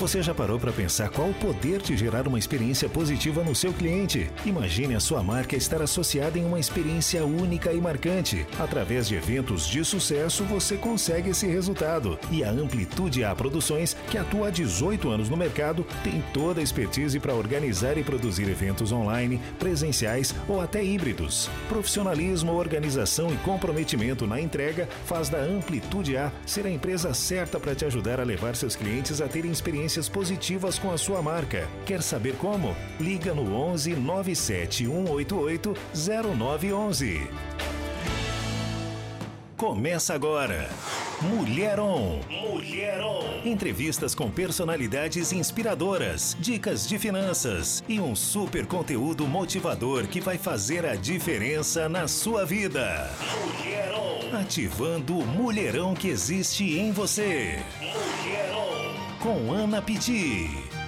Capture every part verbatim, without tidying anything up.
Você já parou para pensar qual o poder de gerar uma experiência positiva no seu cliente? Imagine a sua marca estar associada em uma experiência única e marcante. Através de eventos de sucesso, você consegue esse resultado. E a Amplitude A Produções, que atua há dezoito anos no mercado, tem toda a expertise para organizar e produzir eventos online, presenciais ou até híbridos. Profissionalismo, organização e comprometimento na entrega faz da Amplitude A ser a empresa certa para te ajudar a levar seus clientes a terem experiências positivas com a sua marca. Quer saber como? Liga no onze nove sete um oito oito zero nove um um. Começa agora. Mulher On. Mulher On. Entrevistas com personalidades inspiradoras, dicas de finanças e um super conteúdo motivador que vai fazer a diferença na sua vida. Mulher On. Ativando o mulherão que existe em você. Mulher On. Com Ana Pitti.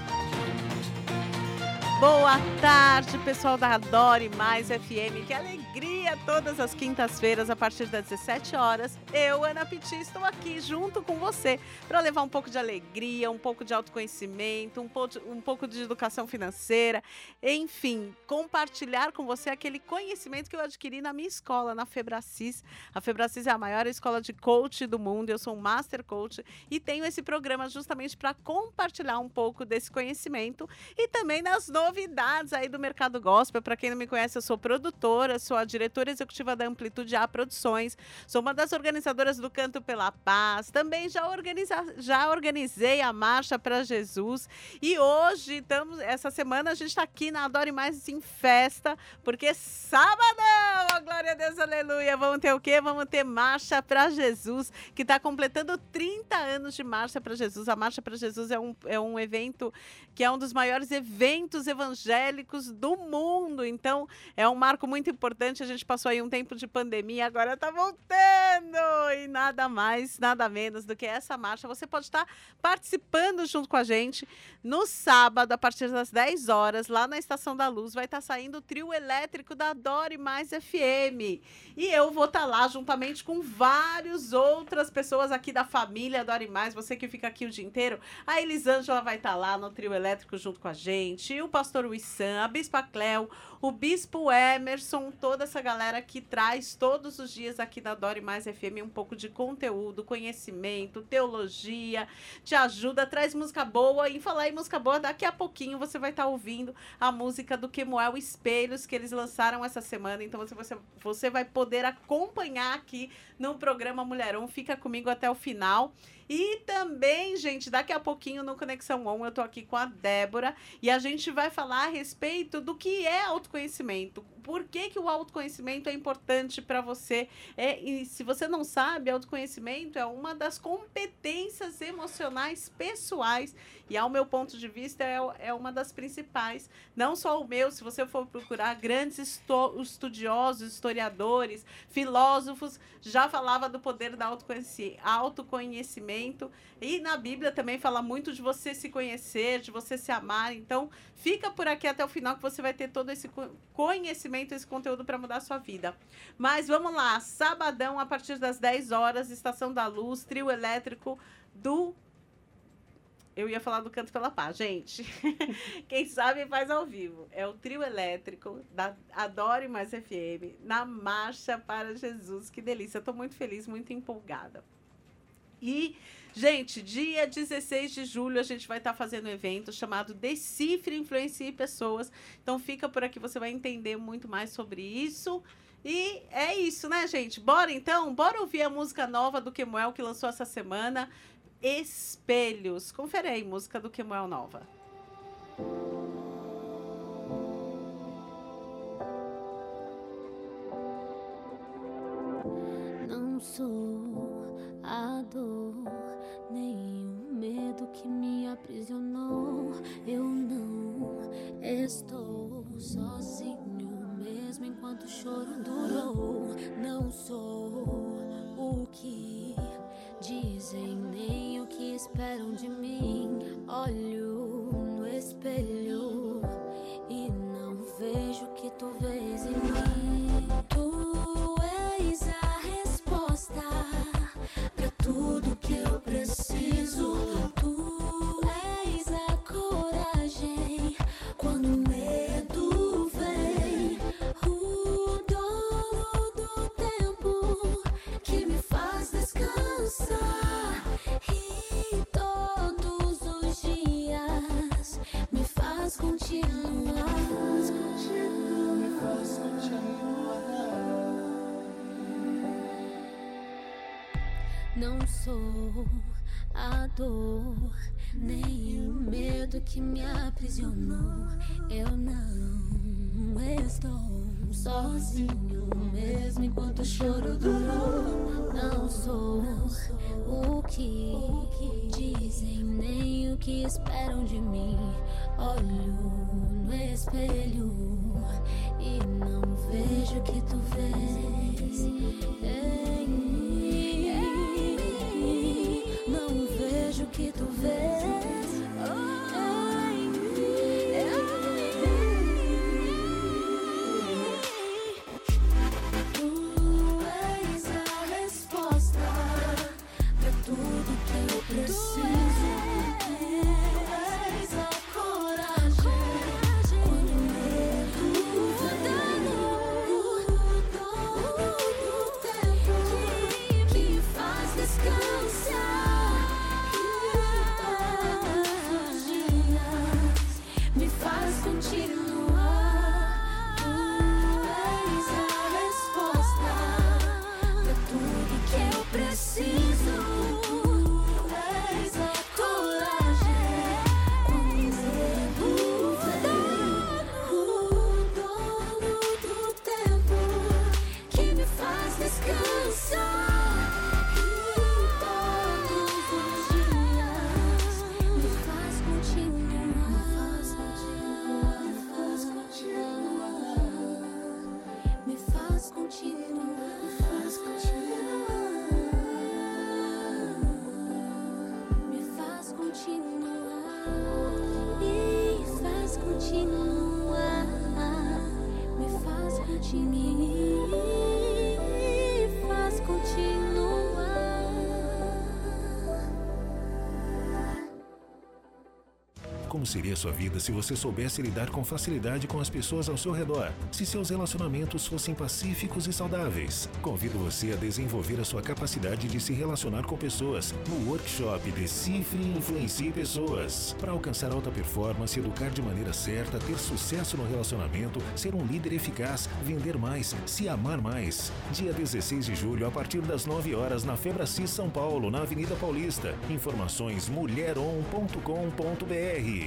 Boa tarde, pessoal da Adore Mais F M. Que alegria! Todas as quintas-feiras, a partir das dezessete horas, eu, Ana Pitti, estou aqui junto com você para levar um pouco de alegria, um pouco de autoconhecimento, um pouco, um pouco de educação financeira, enfim, compartilhar com você aquele conhecimento que eu adquiri na minha escola, na Febracis. A Febracis é a maior escola de coach do mundo, eu sou um Master Coach e tenho esse programa justamente para compartilhar um pouco desse conhecimento e também nas novidades aí do mercado gospel. Para quem não me conhece, eu sou produtora, sou a diretora executiva da Amplitude A Produções, sou uma das organizadoras do Canto pela Paz, também já, organiza, já organizei a Marcha para Jesus e hoje, estamos, essa semana a gente está aqui na Adore Mais em festa, porque sabadão, oh, glória a Deus, aleluia, vamos ter o quê? Vamos ter Marcha para Jesus, que está completando trinta anos de Marcha para Jesus. A Marcha para Jesus é um, é um evento que é um dos maiores eventos evangélicos do mundo, então é um marco muito importante. A gente passou aí um tempo de pandemia, agora tá voltando e nada mais, nada menos do que essa marcha. Você pode estar participando junto com a gente no sábado, a partir das dez horas, lá na Estação da Luz, vai estar saindo o trio elétrico da Adore Mais F M e eu vou estar lá juntamente com várias outras pessoas aqui da família Adore Mais, você que fica aqui o dia inteiro. A Elisângela vai estar lá no trio elétrico junto com a gente, e o pastor Wissam, a Bispa Cléo, o Bispo Emerson, toda essa galera que traz todos os dias aqui na Adore Mais F M um pouco de conteúdo, conhecimento, teologia, te ajuda, traz música boa. E falar em música boa, daqui a pouquinho você vai estar ouvindo a música do Kemuel Espelhos, que eles lançaram essa semana. Então você, você, você vai poder acompanhar aqui no programa Mulherão. Fica comigo até o final. E também, gente, daqui a pouquinho no Conexão On, eu tô aqui com a Débora e a gente vai falar a respeito do que é autoconhecimento. Por que que o autoconhecimento é importante para você? É, e se você não sabe, autoconhecimento é uma das competências emocionais pessoais e, ao meu ponto de vista, é, é uma das principais. Não só o meu, se você for procurar, grandes estu- estudiosos, historiadores, filósofos, já falava do poder do autoconheci- autoconhecimento. E na Bíblia também fala muito de você se conhecer, de você se amar. Então, fica por aqui até o final que você vai ter todo esse conhecimento, esse conteúdo para mudar a sua vida. Mas vamos lá, sabadão, a partir das dez horas, Estação da Luz, trio elétrico do... Eu ia falar do Canto pela Paz, gente. Quem sabe faz ao vivo. É o trio elétrico da Adore Mais F M, na Marcha para Jesus. Que delícia, estou muito feliz, muito empolgada. E, gente, dia dezesseis de julho a gente vai estar fazendo um evento chamado Decifre, Influencie Pessoas. Então fica por aqui, você vai entender muito mais sobre isso. E é isso, né, gente? Bora então? Bora ouvir a música nova do Kemuel que lançou essa semana, Espelhos. Confere aí, música do Kemuel nova. Não sou a dor, nem o medo que me aprisionou. Eu não estou sozinho, mesmo enquanto o choro durou. Não sou o que dizem, nem o que esperam de mim. Olho no espelho e não vejo o que tu vês em mim. Tu és a resposta pra tudo que eu preciso. Tu és Não sou a dor, nem o medo que me aprisionou. Eu não estou sozinho, mesmo enquanto o choro durou. Não sou o que dizem, nem o que esperam de mim. Olho no espelho e não vejo o que tu vês em mim. Não vejo o que tu vês em mim. Tu és a resposta pra tudo que eu preciso. Tu és a coragem quando medo o tempo que me faz descansar. Todos os dias me faz continuar. Tu és a resposta pra tudo que eu preciso. Tu és a coragem quando medo vem. O dono do tempo que me faz descansar. Como seria sua vida se você soubesse lidar com facilidade com as pessoas ao seu redor? Se seus relacionamentos fossem pacíficos e saudáveis? Convido você a desenvolver a sua capacidade de se relacionar com pessoas no workshop Decifre e Influencie Pessoas. Para alcançar alta performance, educar de maneira certa, ter sucesso no relacionamento, ser um líder eficaz, vender mais, se amar mais. Dia dezesseis de julho, a partir das nove horas, na Febracis São Paulo, na Avenida Paulista. Informações mulheron ponto com ponto br.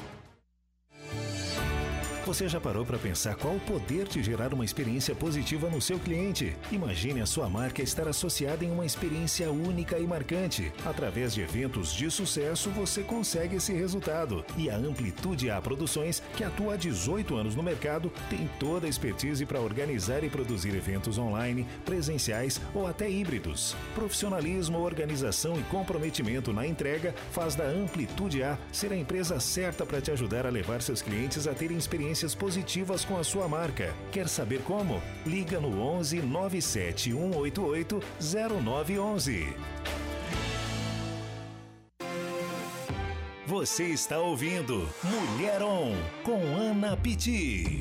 Você já parou para pensar qual o poder de gerar uma experiência positiva no seu cliente? Imagine a sua marca estar associada em uma experiência única e marcante. Através de eventos de sucesso, você consegue esse resultado. E a Amplitude A Produções, que atua há dezoito anos no mercado, tem toda a expertise para organizar e produzir eventos online, presenciais ou até híbridos. Profissionalismo, organização e comprometimento na entrega faz da Amplitude A ser a empresa certa para te ajudar a levar seus clientes a terem experiências positivas com a sua marca. Quer saber como? Liga no onze nove sete um oito oito zero nove um um. Você está ouvindo Mulher On com Ana Pitti.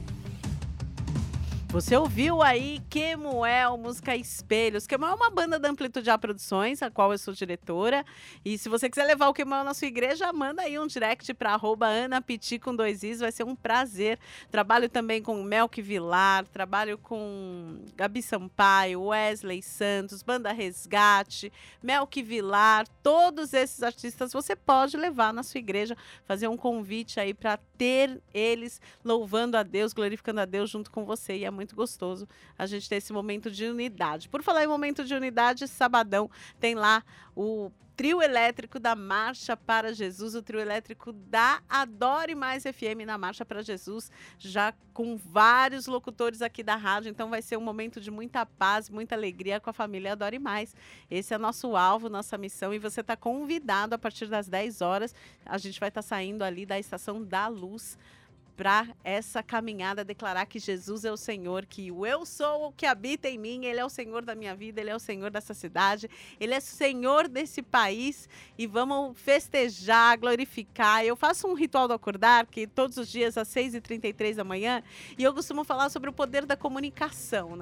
Você ouviu aí Kemuel, música Espelhos. Kemuel é uma banda da Amplitude A Produções, a qual eu sou diretora. E se você quiser levar o Kemuel na sua igreja, manda aí um direct para arroba Ana Pitti com dois Is, vai ser um prazer. Trabalho também com Melk Vilar, trabalho com Gabi Sampaio, Wesley Santos, Banda Resgate, Melk Vilar, todos esses artistas você pode levar na sua igreja, fazer um convite aí para ter eles louvando a Deus, glorificando a Deus junto com você. E é muito gostoso a gente ter esse momento de unidade. Por falar em momento de unidade, sabadão tem lá o trio elétrico da Marcha para Jesus, o trio elétrico da Adore Mais F M na Marcha para Jesus, já com vários locutores aqui da rádio, então vai ser um momento de muita paz, muita alegria com a família Adore Mais. Esse é nosso alvo, nossa missão, e você está convidado a partir das dez horas, a gente vai estar tá saindo ali da Estação da Luz, para essa caminhada, declarar que Jesus é o Senhor, que o eu sou o que habita em mim, Ele é o Senhor da minha vida, Ele é o Senhor dessa cidade, Ele é o Senhor desse país, e vamos festejar, glorificar. Eu faço um ritual do acordar, que todos os dias às seis e trinta e três da manhã, e eu costumo falar sobre o poder da comunicação, né?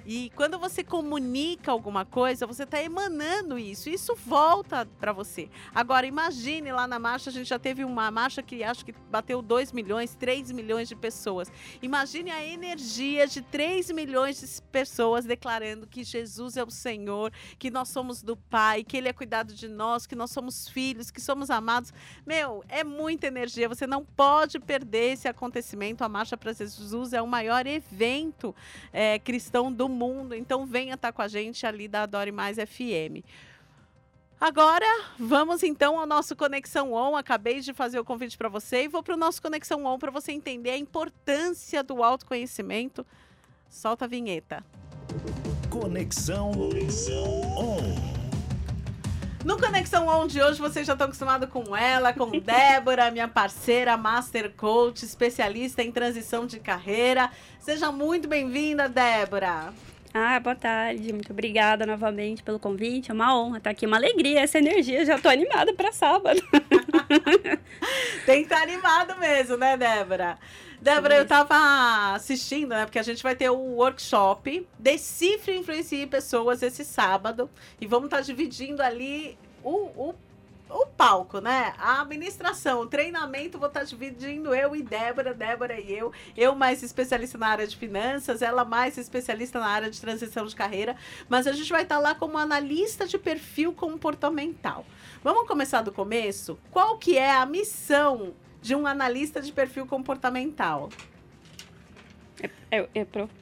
E quando você comunica alguma coisa, você está emanando isso. Isso volta para você. Agora, imagine lá na marcha, a gente já teve uma marcha que acho que bateu dois milhões, três milhões de pessoas. Imagine a energia de três milhões de pessoas declarando que Jesus é o Senhor, que nós somos do Pai, que Ele é cuidado de nós, que nós somos filhos, que somos amados. Meu, é muita energia. Você não pode perder esse acontecimento. A Marcha para Jesus é o maior evento é, cristão do mundo, então venha estar com a gente ali da Adore Mais F M. Agora, vamos então ao nosso Conexão On. Acabei de fazer o convite para você e vou para o nosso Conexão On para você entender a importância do autoconhecimento. Solta a vinheta. Conexão On. No Conexão On de hoje, vocês já estão acostumados com ela, com Débora, minha parceira, Master Coach, especialista em transição de carreira. Seja muito bem-vinda, Débora. Ah, boa tarde. Muito obrigada novamente pelo convite. É uma honra estar aqui, uma alegria, essa energia. Já estou animada para sábado. Tem que estar animado mesmo, né, Débora? Débora, eu estava assistindo, né? Porque a gente vai ter o workshop Decifre e Influencie Pessoas esse sábado. E vamos estar dividindo ali o, o, o palco, né? A administração, o treinamento, vou estar dividindo eu e Débora, Débora e eu. Eu mais especialista na área de finanças, ela mais especialista na área de transição de carreira. Mas a gente vai estar lá como analista de perfil comportamental. Vamos começar do começo? Qual que é a missão de um analista de perfil comportamental? É, é, é pro...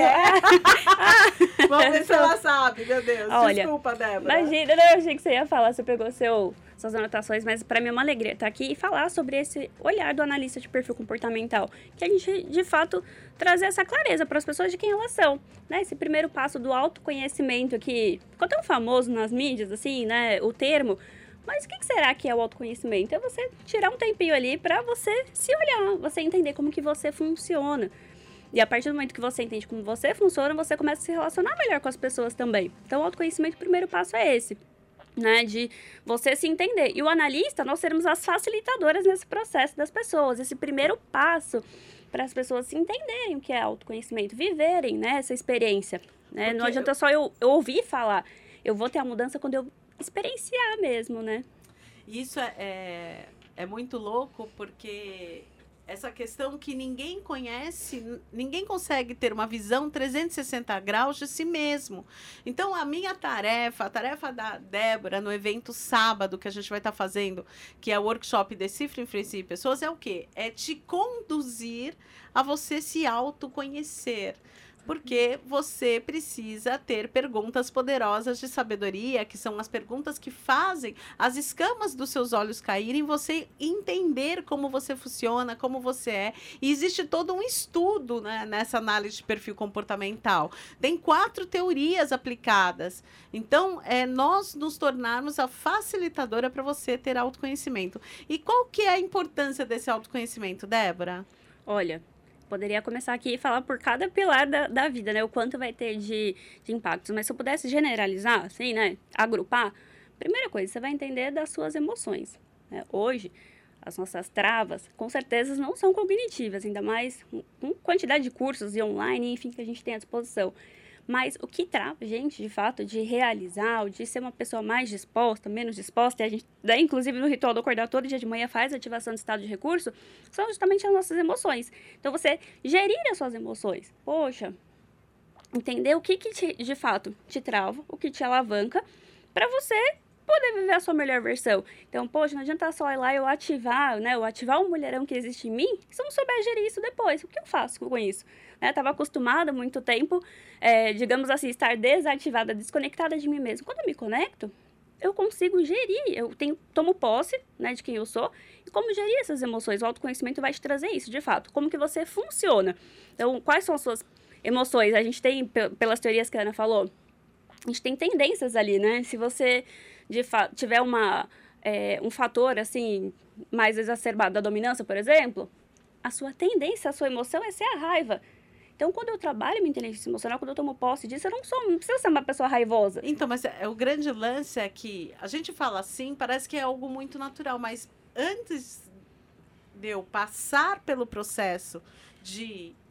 é. Vamos ver se ela sabe, meu Deus. Olha, desculpa, Débora. Imagina, não, eu achei que você ia falar, você pegou seu, suas anotações, mas para mim é uma alegria estar aqui e falar sobre esse olhar do analista de perfil comportamental, que a gente, de fato, trazer essa clareza para as pessoas de quem elas são, né? Esse primeiro passo do autoconhecimento que ficou tão famoso nas mídias, assim, né, o termo. Mas o que será que é o autoconhecimento? É você tirar um tempinho ali para você se olhar, você entender como que você funciona. E a partir do momento que você entende como você funciona, você começa a se relacionar melhor com as pessoas também. Então, o autoconhecimento, o primeiro passo é esse, né? De você se entender. E o analista, nós seremos as facilitadoras nesse processo das pessoas. Esse primeiro passo para as pessoas se entenderem o que é autoconhecimento, viverem, né, essa experiência. Né? Não adianta só eu, eu ouvir falar. Eu vou ter a mudança quando eu experienciar mesmo, né? Isso é, é, é muito louco, porque essa questão que ninguém conhece, ninguém consegue ter uma visão trezentos e sessenta graus de si mesmo. Então, a minha tarefa, a tarefa da Débora no evento sábado que a gente vai estar fazendo, que é o workshop Decifre e Influencie Pessoas, é o quê? É te conduzir a você se autoconhecer. Porque você precisa ter perguntas poderosas de sabedoria, que são as perguntas que fazem as escamas dos seus olhos caírem, você entender como você funciona, como você é. E existe todo um estudo, né, nessa análise de perfil comportamental. Tem quatro teorias aplicadas. Então, é nós nos tornarmos a facilitadora para você ter autoconhecimento. E qual que é a importância desse autoconhecimento, Débora? Olha, poderia começar aqui e falar por cada pilar da, da vida, né? O quanto vai ter de, de impactos. Mas se eu pudesse generalizar, assim, né? Agrupar, primeira coisa, você vai entender das suas emoções. Né? Hoje, as nossas travas, com certeza, não são cognitivas, ainda mais com quantidade de cursos e online, enfim, que a gente tem à disposição. Mas o que trava a gente, de fato, de realizar, de ser uma pessoa mais disposta, menos disposta, e a gente, daí, inclusive, no ritual do acordar todo dia de manhã faz a ativação do estado de recurso, são justamente as nossas emoções. Então, você gerir as suas emoções. Poxa, entender o que, que te, de fato, te trava, o que te alavanca, para você poder viver a sua melhor versão. Então, poxa, não adianta só ir lá e eu ativar, né, eu ativar o mulherão que existe em mim, se eu não souber gerir isso depois. O que eu faço com isso? Estava acostumada há muito tempo, é, digamos assim, estar desativada, desconectada de mim mesma. Quando eu me conecto, eu consigo gerir, eu tenho, tomo posse, né, de quem eu sou e como gerir essas emoções. O autoconhecimento vai te trazer isso, de fato, como que você funciona. Então, quais são as suas emoções? A gente tem, pelas teorias que a Ana falou, a gente tem tendências ali, né? Se você, de fato, tiver uma, é, um fator, assim, mais exacerbado da dominância, por exemplo, a sua tendência, a sua emoção é ser a raiva. Então, quando eu trabalho minha inteligência emocional, quando eu tomo posse disso, eu não sou, não preciso ser uma pessoa raivosa. Então, mas é, o grande lance é que a gente fala assim, parece que é algo muito natural, mas antes de eu passar pelo processo de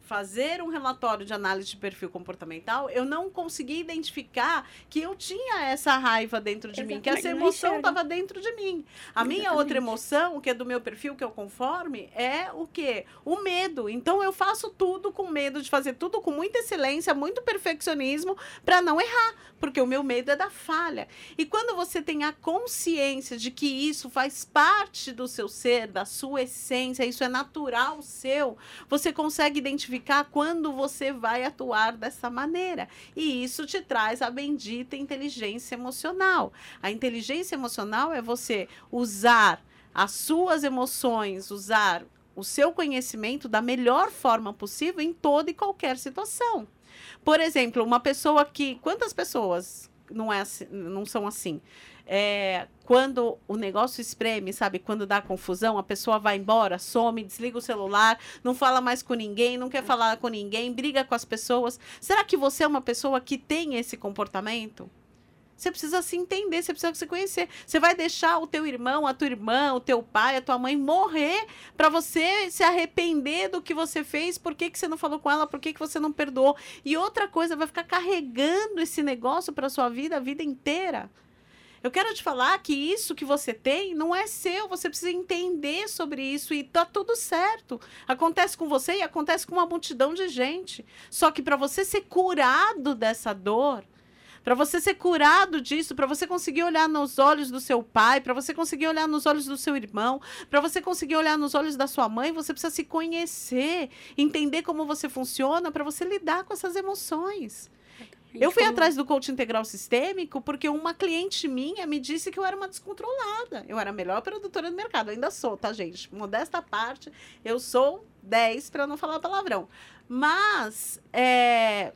fazer um relatório de análise de perfil comportamental, eu não consegui identificar que eu tinha essa raiva dentro de Exatamente, mim, que essa não emoção enxerga. estava dentro de mim. A minha Exatamente. outra emoção, que é do meu perfil, que eu conforme, é o quê? O medo. Então, eu faço tudo com medo de fazer tudo com muita excelência, muito perfeccionismo, para não errar, porque o meu medo é da falha. E quando você tem a consciência de que isso faz parte do seu ser, da sua essência, isso é natural seu, você consegue identificar quando você vai atuar dessa maneira. E isso te traz a bendita inteligência emocional. A inteligência emocional é você usar as suas emoções, usar o seu conhecimento da melhor forma possível em toda e qualquer situação. Por exemplo, uma pessoa que... Quantas pessoas não, é assim, não são assim? É, quando o negócio espreme, sabe? Quando dá confusão, a pessoa vai embora, some, desliga o celular, não fala mais com ninguém, não quer falar com ninguém, briga com as pessoas. Será que você é uma pessoa que tem esse comportamento? Você precisa se entender, você precisa se conhecer. Você vai deixar o teu irmão, a tua irmã, o teu pai, a tua mãe morrer para você se arrepender do que você fez, por que, que você não falou com ela, por que, que você não perdoou. E outra coisa, vai ficar carregando esse negócio para sua vida a vida inteira. Eu quero te falar que isso que você tem não é seu, você precisa entender sobre isso e tá tudo certo. Acontece com você e acontece com uma multidão de gente. Só que para você ser curado dessa dor, para você ser curado disso, para você conseguir olhar nos olhos do seu pai, para você conseguir olhar nos olhos do seu irmão, para você conseguir olhar nos olhos da sua mãe, você precisa se conhecer, entender como você funciona, para você lidar com essas emoções. Eu fui Como- atrás do coach integral sistêmico porque uma cliente minha me disse que eu era uma descontrolada. Eu era a melhor produtora do mercado. Eu ainda sou, tá, gente? Modesta parte, eu sou dez, para não falar palavrão. Mas é,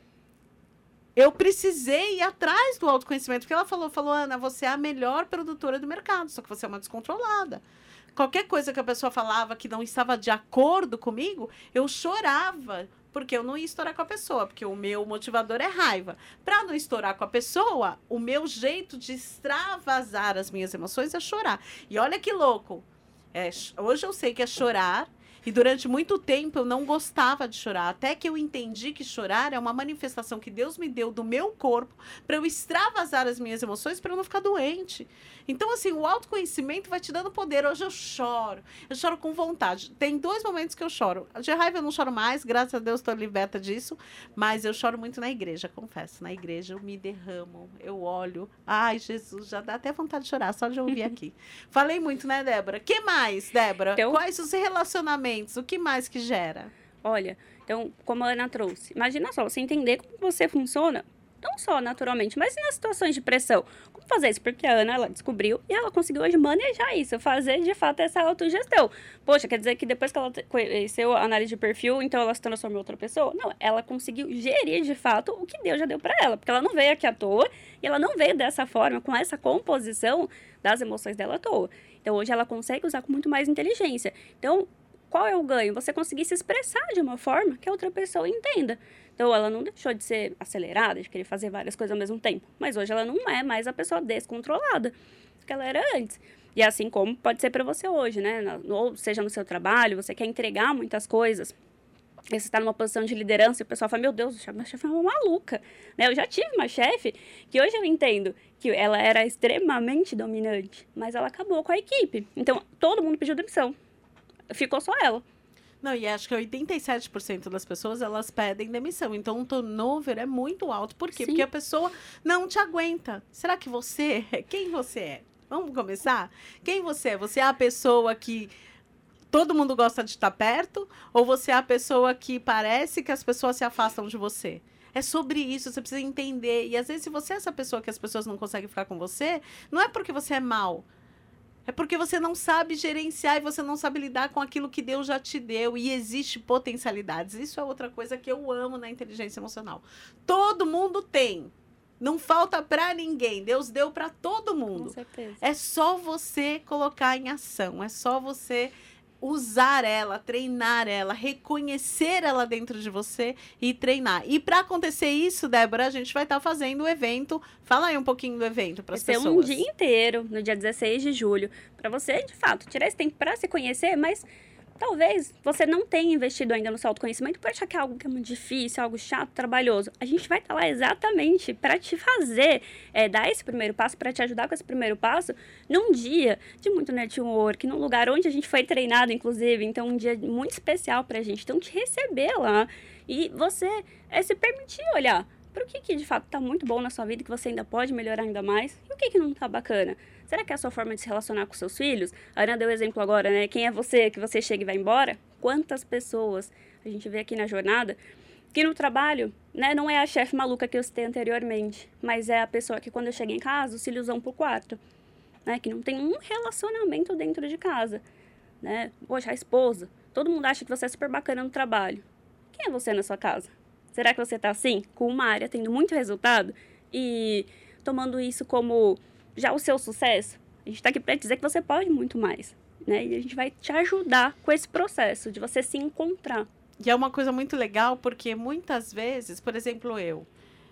eu precisei ir atrás do autoconhecimento. Porque ela falou, falou, Ana, você é a melhor produtora do mercado, só que você é uma descontrolada. Qualquer coisa que a pessoa falava que não estava de acordo comigo, eu chorava. Porque eu não ia estourar com a pessoa, porque o meu motivador é raiva. Para não estourar com a pessoa, o meu jeito de extravasar as minhas emoções é chorar. E olha que louco. É, hoje eu sei que é chorar. E durante muito tempo eu não gostava de chorar. Até que eu entendi que chorar é uma manifestação que Deus me deu do meu corpo para eu extravasar as minhas emoções para eu não ficar doente. Então, assim, o autoconhecimento vai te dando poder. Hoje eu choro. Eu choro com vontade. Tem dois momentos que eu choro. De raiva eu não choro mais, graças a Deus estou liberta disso. Mas eu choro muito na igreja, confesso. Na igreja eu me derramo, eu olho. Ai, Jesus, já dá até vontade de chorar, só de ouvir aqui. Falei muito, né, Débora? O que mais, Débora? Então- Quais os relacionamentos? O que mais que gera? Olha, então, como a Ana trouxe, imagina só, você entender como você funciona, não só naturalmente, mas nas situações de pressão. Como fazer isso? Porque a Ana, ela descobriu e ela conseguiu hoje manejar isso, fazer de fato essa autogestão. Poxa, quer dizer que depois que ela te- conheceu a análise de perfil, então ela se transformou em outra pessoa? Não, ela conseguiu gerir de fato o que Deus já deu pra ela, porque ela não veio aqui à toa e ela não veio dessa forma, com essa composição das emoções dela à toa. Então hoje ela consegue usar com muito mais inteligência. Então, qual é o ganho? Você conseguir se expressar de uma forma que a outra pessoa entenda. Então, ela não deixou de ser acelerada, de querer fazer várias coisas ao mesmo tempo. Mas hoje ela não é mais a pessoa descontrolada que ela era antes. E assim como pode ser para você hoje, né? Ou seja, no seu trabalho, você quer entregar muitas coisas. Você está numa posição de liderança e o pessoal fala, meu Deus, minha chefe é uma maluca. Né? Eu já tive uma chefe que hoje eu entendo que ela era extremamente dominante, mas ela acabou com a equipe. Então, todo mundo pediu demissão. Ficou só ela. Não, e acho que oitenta e sete por cento das pessoas, elas pedem demissão. Então, o turnover é muito alto. Por quê? Sim. Porque a pessoa não te aguenta. Será que você... Quem você é? Vamos começar? Quem você é? Você é a pessoa que todo mundo gosta de estar perto? Ou você é a pessoa que parece que as pessoas se afastam de você? É sobre isso, você precisa entender. E, às vezes, se você é essa pessoa que as pessoas não conseguem ficar com você, não é porque você é mau. É porque você não sabe gerenciar e você não sabe lidar com aquilo que Deus já te deu. E existe potencialidades. Isso é outra coisa que eu amo na inteligência emocional. Todo mundo tem. Não falta para ninguém. Deus deu para todo mundo. Com certeza. É só você colocar em ação. É só você usar ela, treinar ela, reconhecer ela dentro de você e treinar. E para acontecer isso, Débora, a gente vai estar fazendo o evento. Fala aí um pouquinho do evento para as Vai ser pessoas. um dia inteiro, no dia dezesseis de julho, para você, de fato, tirar esse tempo para se conhecer, mas Talvez você não tenha investido ainda no seu autoconhecimento por achar que é algo que é muito difícil, algo chato, trabalhoso. A gente vai estar lá exatamente para te fazer é, dar esse primeiro passo, para te ajudar com esse primeiro passo, num dia de muito network, num lugar onde a gente foi treinado, inclusive. Então, um dia muito especial para a gente. Então, te receber lá e você é, se permitir olhar para o que, que de fato está muito bom na sua vida, que você ainda pode melhorar ainda mais, e o que, que não está bacana. Será que é a sua forma de se relacionar com seus filhos? A Ana deu exemplo agora, né? Quem é você, que você chega e vai embora? Quantas pessoas a gente vê aqui na jornada que no trabalho, né, não é a chefe maluca que eu citei anteriormente, mas é a pessoa que quando eu chego em casa, os filhos vão pro quarto, né? Que não tem um relacionamento dentro de casa, né? Poxa, a esposa. Todo mundo acha que você é super bacana no trabalho. Quem é você na sua casa? Será que você tá assim, com uma área tendo muito resultado e tomando isso como já o seu sucesso? A gente tá aqui para dizer que você pode muito mais, né? E a gente vai te ajudar com esse processo de você se encontrar. E é uma coisa muito legal, porque muitas vezes, por exemplo, eu,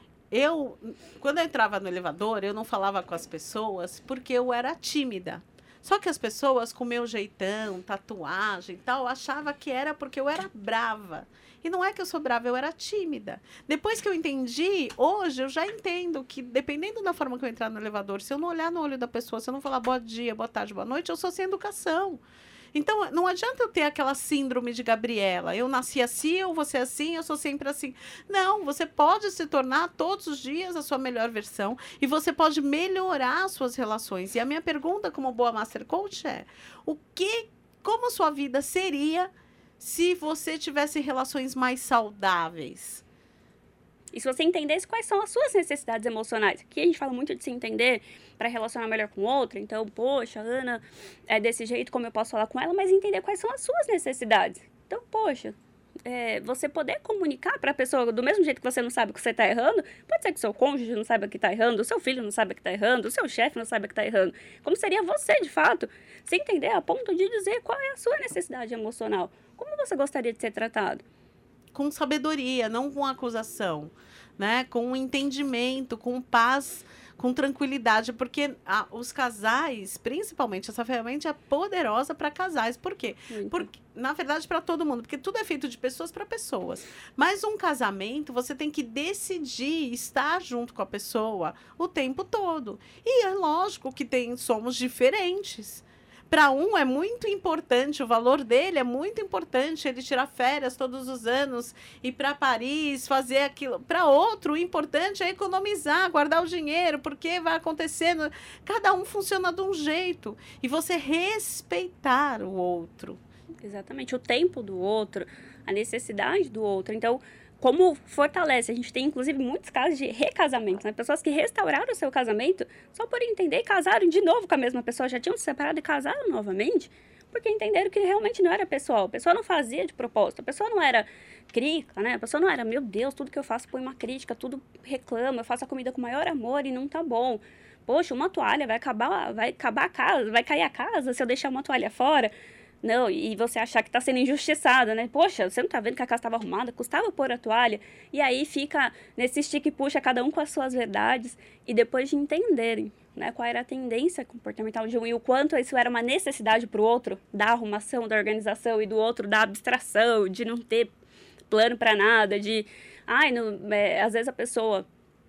eu, quando eu entrava no elevador, eu não falava com as pessoas porque eu era tímida. Só que as pessoas, com meu jeitão, tatuagem e tal, achavam que era porque eu era brava. E não é que eu sou brava, eu era tímida. Depois que eu entendi, hoje eu já entendo que, dependendo da forma que eu entrar no elevador, se eu não olhar no olho da pessoa, se eu não falar bom dia, boa tarde, boa noite, eu sou sem educação. Então, não adianta eu ter aquela síndrome de Gabriela. Eu nasci assim, eu vou ser assim, eu sou sempre assim. Não, você pode se tornar todos os dias a sua melhor versão e você pode melhorar as suas relações. E a minha pergunta como boa Master Coach é, o que, como sua vida seria se você tivesse relações mais saudáveis? E se você entendesse quais são as suas necessidades emocionais. Aqui a gente fala muito de se entender para relacionar melhor com o outro. Então, poxa, a Ana é desse jeito, como eu posso falar com ela? Mas entender quais são as suas necessidades. Então, poxa, é, você poder comunicar para a pessoa do mesmo jeito que você não sabe que você está errando. Pode ser que o seu cônjuge não saiba que está errando, o seu filho não saiba que está errando, o seu chefe não saiba que está errando. Como seria você, de fato, se entender a ponto de dizer qual é a sua necessidade emocional. Como você gostaria de ser tratado? Com sabedoria, não com acusação, né? Com entendimento, com paz, com tranquilidade, porque a, os casais, principalmente, essa ferramenta é poderosa para casais. Por quê? Muito. Porque, na verdade, para todo mundo, porque tudo é feito de pessoas para pessoas. Mas um casamento, você tem que decidir estar junto com a pessoa o tempo todo. E é lógico que tem, somos diferentes. Para um é muito importante, o valor dele é muito importante, ele tirar férias todos os anos, ir para Paris, fazer aquilo. Para outro, o importante é economizar, guardar o dinheiro, porque vai acontecendo. Cada um funciona de um jeito. E você respeitar o outro. Exatamente, o tempo do outro, a necessidade do outro. Então, como fortalece, a gente tem inclusive muitos casos de recasamento, né? Pessoas que restauraram o seu casamento só por entender e casaram de novo com a mesma pessoa, já tinham se separado e casaram novamente, porque entenderam que realmente não era pessoal, a pessoa não fazia de propósito, a pessoa não era crítica, né? A pessoa não era, meu Deus, tudo que eu faço põe uma crítica, tudo reclama, eu faço a comida com o maior amor e não tá bom. Poxa, uma toalha vai acabar, vai acabar a casa, vai cair a casa se eu deixar uma toalha fora. Não, e você achar que está sendo injustiçada, né? Poxa, você não tá vendo que a casa estava arrumada? Custava pôr a toalha. E aí fica nesse estica e puxa, cada um com as suas verdades. E depois de entenderem, né, qual era a tendência comportamental de um e o quanto isso era uma necessidade para o outro, da arrumação, da organização, e do outro da abstração, de não ter plano para nada, de... Ai, não, é, às vezes a pessoa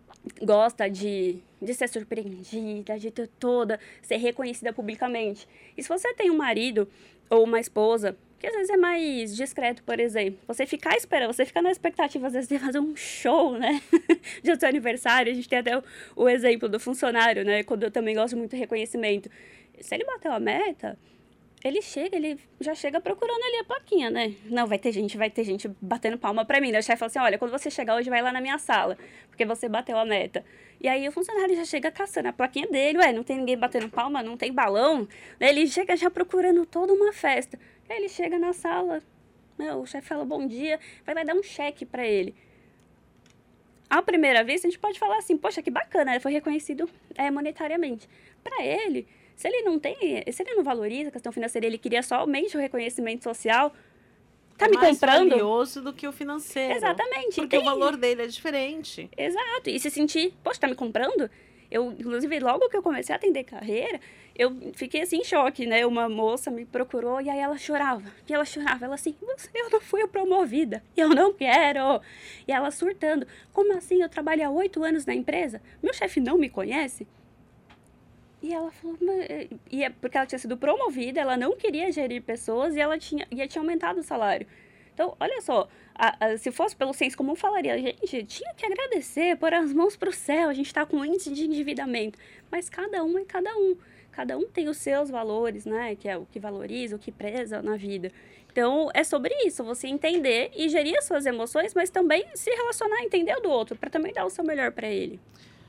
gosta de, de ser surpreendida, de ter toda, ser reconhecida publicamente. E se você tem um marido ou uma esposa, que às vezes é mais discreto, por exemplo, você ficar esperando, você fica na expectativa, às vezes, de fazer um show, né, de seu aniversário. A gente tem até o, o exemplo do funcionário, né, quando eu também gosto muito de reconhecimento. Se ele bateu a meta, ele chega, ele já chega procurando ali a plaquinha, né? Não, vai ter gente, vai ter gente batendo palma pra mim, né? O chefe fala assim, olha, quando você chegar hoje, vai lá na minha sala, porque você bateu a meta. E aí o funcionário já chega caçando a plaquinha dele, ué, não tem ninguém batendo palma, não tem balão. Ele chega já procurando toda uma festa. Aí ele chega na sala, né, o chefe fala bom dia, vai lá dar um cheque pra ele. À primeira vista, a gente pode falar assim, poxa, que bacana, ele foi reconhecido é, monetariamente. Pra ele... Se ele não tem, se ele não valoriza a questão financeira, ele queria somente o reconhecimento social, tá é me mais comprando? valioso do que o financeiro. Exatamente. Porque tem... o valor dele é diferente. Exato. E se sentir, poxa, tá me comprando? Eu, inclusive, logo que eu comecei a atender carreira, eu fiquei assim em choque, né? Uma moça me procurou e aí ela chorava. E ela chorava, ela assim, eu não fui promovida, eu não quero. E ela surtando, como assim? Eu trabalho há oito anos na empresa, meu chefe não me conhece? E ela falou, e é porque ela tinha sido promovida, ela não queria gerir pessoas e ela tinha, e tinha aumentado o salário. Então, olha só, a, a, se fosse pelo senso comum, falaria, gente, tinha que agradecer, pôr as mãos para o céu, a gente está com um índice de endividamento. Mas cada um é cada um. Cada um tem os seus valores, né? Que é o que valoriza, o que preza na vida. Então, é sobre isso, você entender e gerir as suas emoções, mas também se relacionar, entender o do outro, para também dar o seu melhor para ele.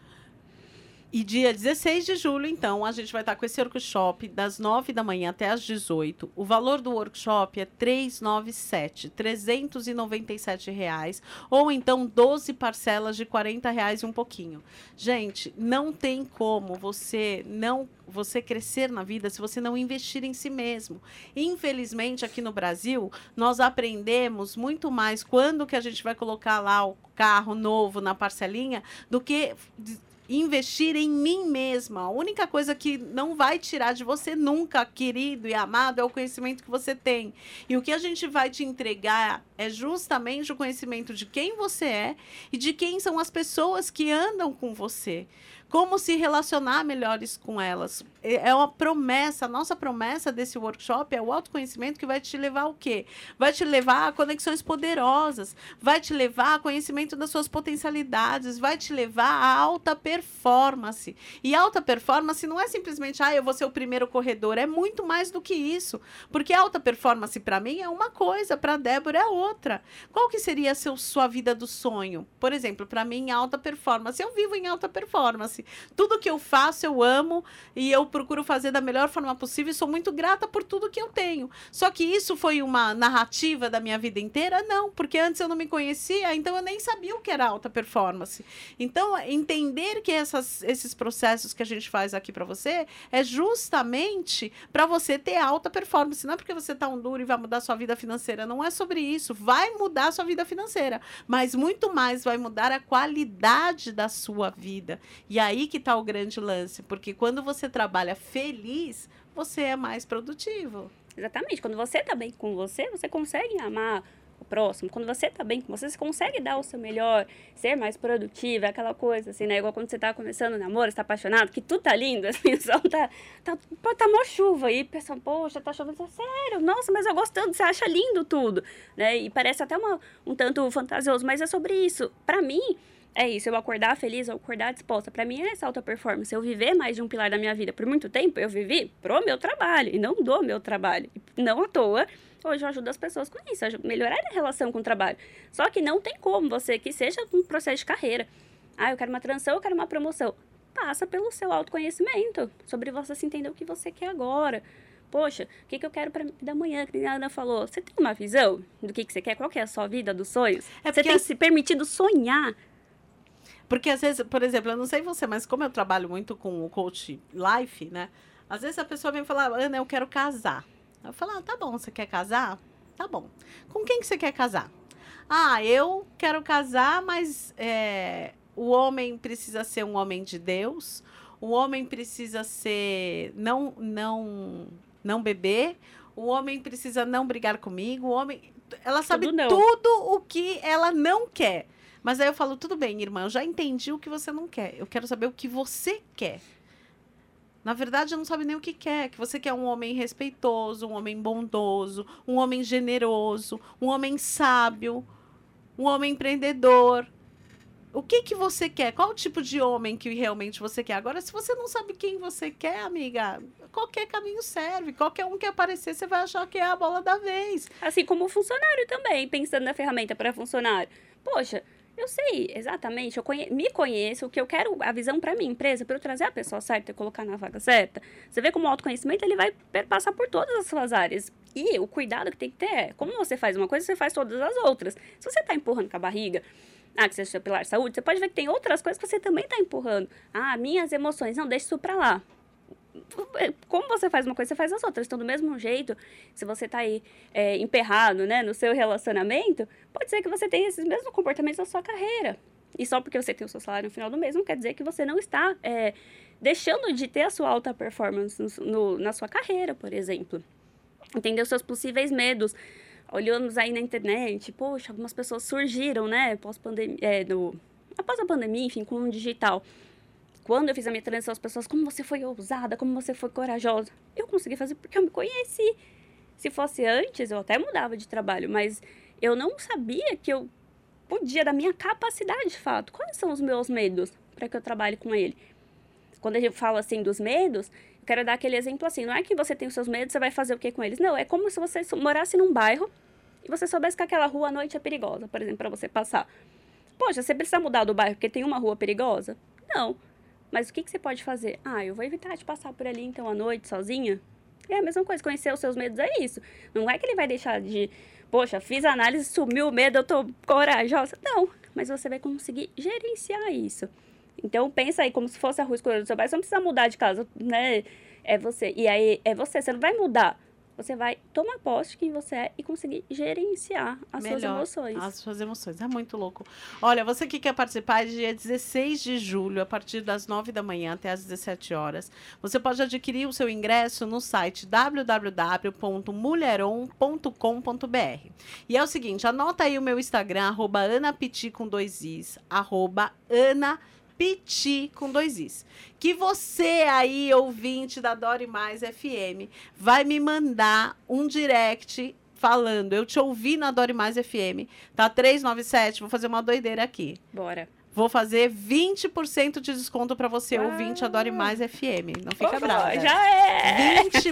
E dia dezesseis de julho, então, a gente vai estar com esse workshop das nove da manhã até as dezoito. O valor do workshop é trezentos e noventa e sete, trezentos e noventa e sete reais, ou então doze parcelas de quarenta reais e um pouquinho. Gente, não tem como você não você crescer na vida se você não investir em si mesmo. Infelizmente, aqui no Brasil, nós aprendemos muito mais quando que a gente vai colocar lá o carro novo na parcelinha do que investir em mim mesma. A única coisa que não vai tirar de você nunca, querido e amado, é o conhecimento que você tem. E o que a gente vai te entregar é justamente o conhecimento de quem você é e de quem são as pessoas que andam com você. Como se relacionar melhores com elas. É uma promessa, a nossa promessa desse workshop é o autoconhecimento que vai te levar ao quê? Vai te levar a conexões poderosas, vai te levar a conhecimento das suas potencialidades, vai te levar a alta performance. E alta performance não é simplesmente, ah, eu vou ser o primeiro corredor, é muito mais do que isso. Porque alta performance para mim é uma coisa, para a Débora é outra. Qual que seria a seu, sua vida do sonho? Por exemplo, para mim, alta performance, eu vivo em alta performance. Tudo que eu faço, eu amo e eu procuro fazer da melhor forma possível e sou muito grata por tudo que eu tenho. Só que isso foi uma narrativa da minha vida inteira? Não, porque antes eu não me conhecia, então eu nem sabia o que era alta performance. Então, entender que essas, esses processos que a gente faz aqui para você é justamente para você ter alta performance. Não é porque você tá um duro e vai mudar sua vida financeira, não é sobre isso. Vai mudar sua vida financeira, mas muito mais vai mudar a qualidade da sua vida. E aí aí que está o grande lance, porque quando você trabalha feliz, você é mais produtivo. Exatamente, quando você está bem com você, você consegue amar o próximo. Quando você está bem com você, você consegue dar o seu melhor, ser mais produtiva, aquela coisa assim, né? Igual quando você está começando o namoro, você está apaixonado, que tudo tá lindo, assim, o sol tá, tá, tá mó chuva, aí pensando, poxa, tá chovendo, sério, nossa, mas eu gostando, você acha lindo tudo, né? E parece até uma, um tanto fantasioso, mas é sobre isso. Pra mim, é isso, eu acordar feliz, eu acordar disposta. Pra mim é essa alta performance. Eu viver mais de um pilar da minha vida. Por muito tempo, eu vivi pro meu trabalho e não do meu trabalho. Não à toa, hoje eu ajudo as pessoas com isso, a melhorar a relação com o trabalho. Só que não tem como você, que seja um processo de carreira. Ah, eu quero uma transição, eu quero uma promoção. Passa pelo seu autoconhecimento, sobre você se entender o que você quer agora. Poxa, o que, que eu quero para da manhã, que a Ana falou. Você tem uma visão do que, que você quer? Qual que é a sua vida, dos sonhos? É você tem as... se permitido sonhar. Porque às vezes, por exemplo, eu não sei você, mas como eu trabalho muito com o coach life, né? Às vezes a pessoa vem falar, Ana, eu quero casar. Eu falo, ah, tá bom, você quer casar? Tá bom. Com quem que você quer casar? Ah, eu quero casar, mas é, o homem precisa ser um homem de Deus, o homem precisa ser, não, não, não beber, o homem precisa não brigar comigo, o homem... Ela sabe tudo, tudo o que ela não quer. Mas aí eu falo, tudo bem, irmã, eu já entendi o que você não quer. Eu quero saber o que você quer. Na verdade, eu não sabe nem o que quer. Que você quer um homem respeitoso, um homem bondoso, um homem generoso, um homem sábio, um homem empreendedor. O que que você quer? Qual o tipo de homem que realmente você quer? Agora, se você não sabe quem você quer, amiga, qualquer caminho serve. Qualquer um que aparecer, você vai achar que é a bola da vez. Assim como o funcionário também, pensando na ferramenta para funcionário. Poxa, eu sei exatamente, eu conhe- me conheço, o que eu quero, a visão para minha empresa, para eu trazer a pessoa certa e colocar na vaga certa. Você vê como o autoconhecimento, ele vai passar por todas as suas áreas. E o cuidado que tem que ter é, como você faz uma coisa, você faz todas as outras. Se você está empurrando com a barriga, ah, que seja pilar saúde, você pode ver que tem outras coisas que você também está empurrando. Ah, minhas emoções, não, deixa isso para lá. Como você faz uma coisa, você faz as outras. Então, do mesmo jeito, se você tá aí é, emperrado, né, no seu relacionamento, pode ser que você tenha esses mesmos comportamentos na sua carreira. E só porque você tem o seu salário no final do mês, não quer dizer que você não está é, deixando de ter a sua alta performance no, no, na sua carreira, por exemplo. Entender os seus possíveis medos. Olhamos aí na internet, poxa, algumas pessoas surgiram, né, pós-pandemia, é, no, após a pandemia, enfim, com o digital. Quando eu fiz a minha transição, as pessoas, como você foi ousada, como você foi corajosa. Eu consegui fazer porque eu me conheci. Se fosse antes, eu até mudava de trabalho, mas eu não sabia que eu podia, da minha capacidade, de fato. Quais são os meus medos para que eu trabalhe com ele? Quando a gente fala, assim, dos medos, eu quero dar aquele exemplo assim, não é que você tem os seus medos, você vai fazer o que com eles? Não, é como se você morasse num bairro e você soubesse que aquela rua à noite é perigosa, por exemplo, para você passar. Poxa, você precisa mudar do bairro porque tem uma rua perigosa? Não. Mas o que, que você pode fazer? Ah, eu vou evitar de passar por ali, então, à noite, sozinha? É a mesma coisa, conhecer os seus medos é isso. Não é que ele vai deixar de... Poxa, fiz a análise, sumiu o medo, eu tô corajosa. Não, mas você vai conseguir gerenciar isso. Então, pensa aí como se fosse a rua escura do seu bairro. Você não precisa mudar de casa, né? É você. E aí, é você. Você não vai mudar. Você vai tomar posse de quem você é e conseguir gerenciar as Melhor, suas emoções. As suas emoções. É muito louco. Olha, você que quer participar, é dia dezesseis de julho, a partir das nove da manhã até as dezessete horas. Você pode adquirir o seu ingresso no site w w w ponto mulheron ponto com ponto b r. E é o seguinte, anota aí o meu Instagram, arroba anapiti com dois is, arroba anapiti. Piti com dois is. Que você aí, ouvinte da Dori Mais F M, vai me mandar um direct falando, eu te ouvi na Dori Mais F M, tá? três nove sete, vou fazer uma doideira aqui. Bora. Vou fazer vinte por cento de desconto para você, Ah. ouvinte, Adore Mais F M. Não fica Opa, brava. já é! vinte,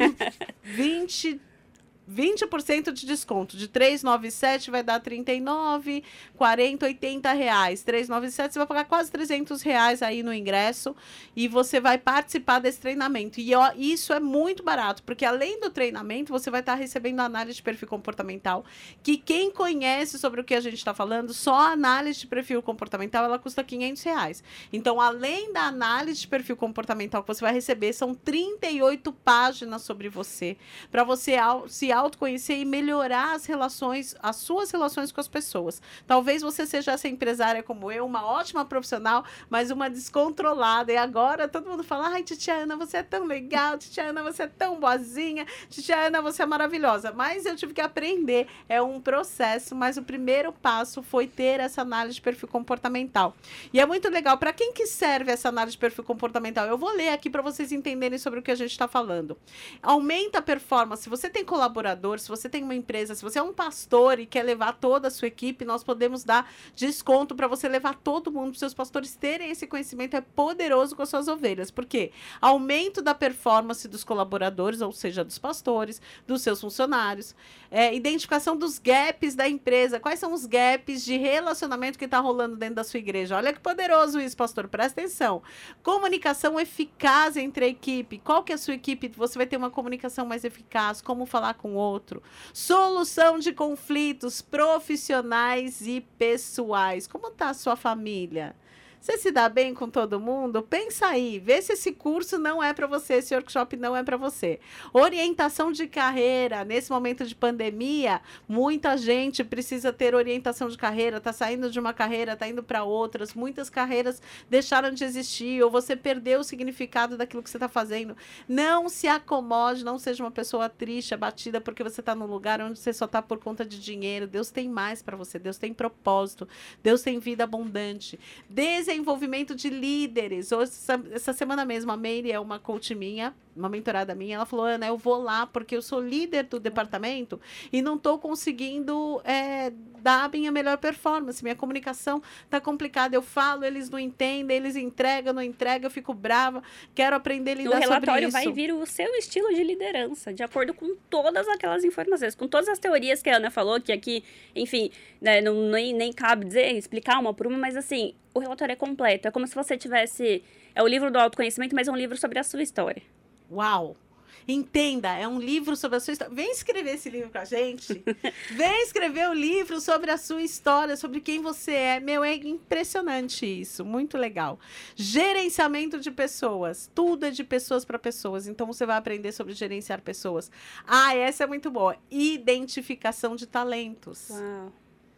vinte, vinte por cento de desconto. De trezentos e noventa e sete vai dar trinta e nove, quarenta, oitenta reais. trezentos e noventa e sete você vai pagar quase trezentos reais aí no ingresso e você vai participar desse treinamento. E ó, isso é muito barato, porque além do treinamento, você vai estar recebendo análise de perfil comportamental, que quem conhece sobre o que a gente está falando, só a análise de perfil comportamental, ela custa quinhentos reais. Então, além da análise de perfil comportamental que você vai receber, são trinta e oito páginas sobre você, para você au- se autoconhecer e melhorar as relações, as suas relações com as pessoas. Talvez você seja essa empresária como eu, uma ótima profissional, mas uma descontrolada. E agora todo mundo fala, ai, Titia Ana, você é tão legal, Titia Ana, você é tão boazinha, Titia Ana, você é maravilhosa. Mas eu tive que aprender, é um processo, mas o primeiro passo foi ter essa análise de perfil comportamental. E é muito legal, para quem que serve essa análise de perfil comportamental? Eu vou ler aqui para vocês entenderem sobre o que a gente está falando. Aumenta a performance. Se você tem colaborador, se você tem uma empresa, se você é um pastor e quer levar toda a sua equipe, nós podemos dar desconto para você levar todo mundo, para seus pastores terem esse conhecimento, é poderoso com as suas ovelhas. Por quê? Aumento da performance dos colaboradores, ou seja, dos pastores, dos seus funcionários, é, identificação dos gaps da empresa, quais são os gaps de relacionamento que está rolando dentro da sua igreja. Olha que poderoso isso, pastor, presta atenção. Comunicação eficaz entre a equipe, qual que é a sua equipe? Você vai ter uma comunicação mais eficaz, como falar com o outro. Solução de conflitos profissionais e pessoais. Como está a sua família? Você se dá bem com todo mundo? Pensa aí, vê se esse curso não é para você, esse workshop não é para você. Orientação de carreira. Nesse momento de pandemia, muita gente precisa ter orientação de carreira, está saindo de uma carreira, está indo para outras, muitas carreiras deixaram de existir, ou você perdeu o significado daquilo que você está fazendo. Não se acomode, não seja uma pessoa triste, abatida, porque você está num lugar onde você só está por conta de dinheiro. Deus tem mais para você, Deus tem propósito, Deus tem vida abundante. Desenvolvimento de líderes. Hoje, essa, essa semana mesmo, a Meire é uma coach minha, uma mentorada minha, ela falou, Ana, eu vou lá porque eu sou líder do departamento e não estou conseguindo é, dar a minha melhor performance, minha comunicação está complicada, eu falo, eles não entendem, eles entregam, não entregam, eu fico brava, quero aprender a lidar sobre isso. No relatório vai vir o seu estilo de liderança, de acordo com todas aquelas informações, com todas as teorias que a Ana falou, que aqui, enfim, né, não, nem, nem cabe dizer, explicar uma por uma, mas assim, o relatório é completo, é como se você tivesse, é o livro do autoconhecimento, mas é um livro sobre a sua história. Uau! Entenda, é um livro sobre a sua história. Vem escrever esse livro com a gente. Vem escrever o livro sobre a sua história, sobre quem você é. Meu, é impressionante isso, muito legal. Gerenciamento de pessoas. Tudo é de pessoas para pessoas. Então, você vai aprender sobre gerenciar pessoas. Ah, essa é muito boa. Identificação de talentos. Uau.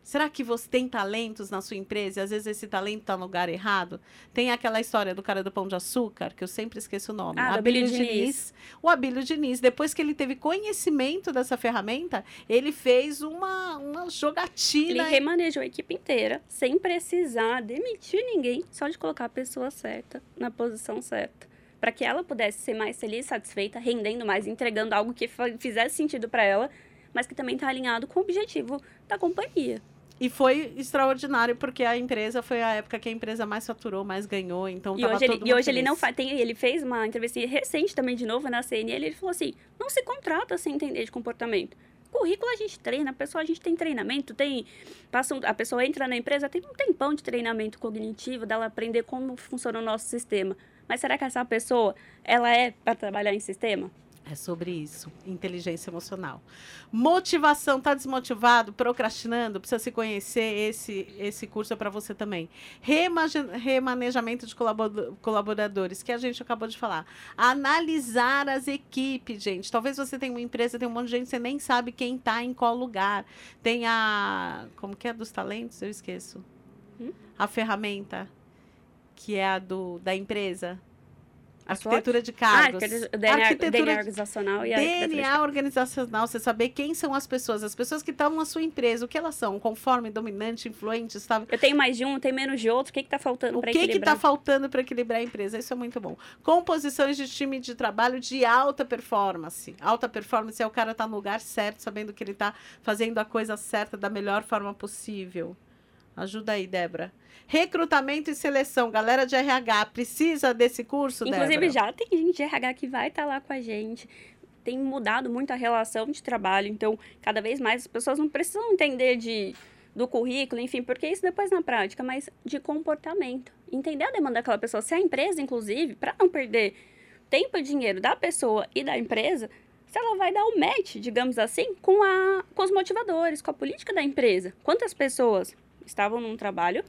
Será que você tem talentos na sua empresa e às vezes esse talento está no lugar errado? Tem aquela história do cara do Pão de Açúcar, que eu sempre esqueço o nome. Ah, do Abílio Abílio Diniz. Diniz. O Abílio Diniz, depois que ele teve conhecimento dessa ferramenta, ele fez uma, uma Ele jogatina. remanejou a equipe inteira, sem precisar demitir ninguém, só de colocar a pessoa certa na posição certa. Para que ela pudesse ser mais feliz, satisfeita, rendendo mais, entregando algo que fa- fizesse sentido para ela, mas que também está alinhado com o objetivo da companhia. E foi extraordinário, porque a empresa foi a época que a empresa mais faturou, mais ganhou. Então, E tava hoje, ele, todo e mundo hoje ele feliz. não faz. Tem, ele fez uma entrevista recente também, de novo, na C N L. Ele falou assim: não se contrata sem entender de comportamento. Currículo a gente treina, a pessoa a gente tem treinamento, tem. Passa um- a pessoa entra na empresa, tem um tempão de treinamento cognitivo, dela aprender como funciona o nosso sistema. Mas será que essa pessoa, ela é para trabalhar em sistema? É sobre isso, inteligência emocional. Motivação, tá desmotivado, procrastinando, precisa se conhecer, esse, esse curso é para você também. Remage- Remanejamento de colabor- colaboradores, que a gente acabou de falar. Analisar as equipes, gente. Talvez você tenha uma empresa, tem um monte de gente, você nem sabe quem tá em qual lugar. Tem a... Como que é dos talentos? Eu esqueço. Hum? A ferramenta, que é a do, da empresa. A Arquitetura de Ah, cargos. o D N A, o D N A Arquitetura organizacional e a D arquitetura N de A organizacional, você saber quem são as pessoas, as pessoas que estão na sua empresa, o que elas são, conforme, dominante, influente, estável. Eu tenho mais de um, eu tenho menos de outro, o que está faltando O para que que equilibrar? está faltando para equilibrar a empresa? Isso é muito bom. Composições de time de trabalho de alta performance. Alta performance é o cara estar no lugar certo, sabendo que ele está fazendo a coisa certa da melhor forma possível. Ajuda aí, Débora. Recrutamento e seleção. Galera de R H, precisa desse curso, Inclusive, Débora? já tem gente de R H que vai estar lá com a gente. Tem mudado muito a relação de trabalho. Então, cada vez mais as pessoas não precisam entender de, do currículo, enfim, porque isso depois na prática, mas de comportamento. Entender a demanda daquela pessoa. Se a empresa, inclusive, para não perder tempo e dinheiro da pessoa e da empresa, se ela vai dar o match, digamos assim, com, a, com os motivadores, com a política da empresa. Quantas pessoas estavam num trabalho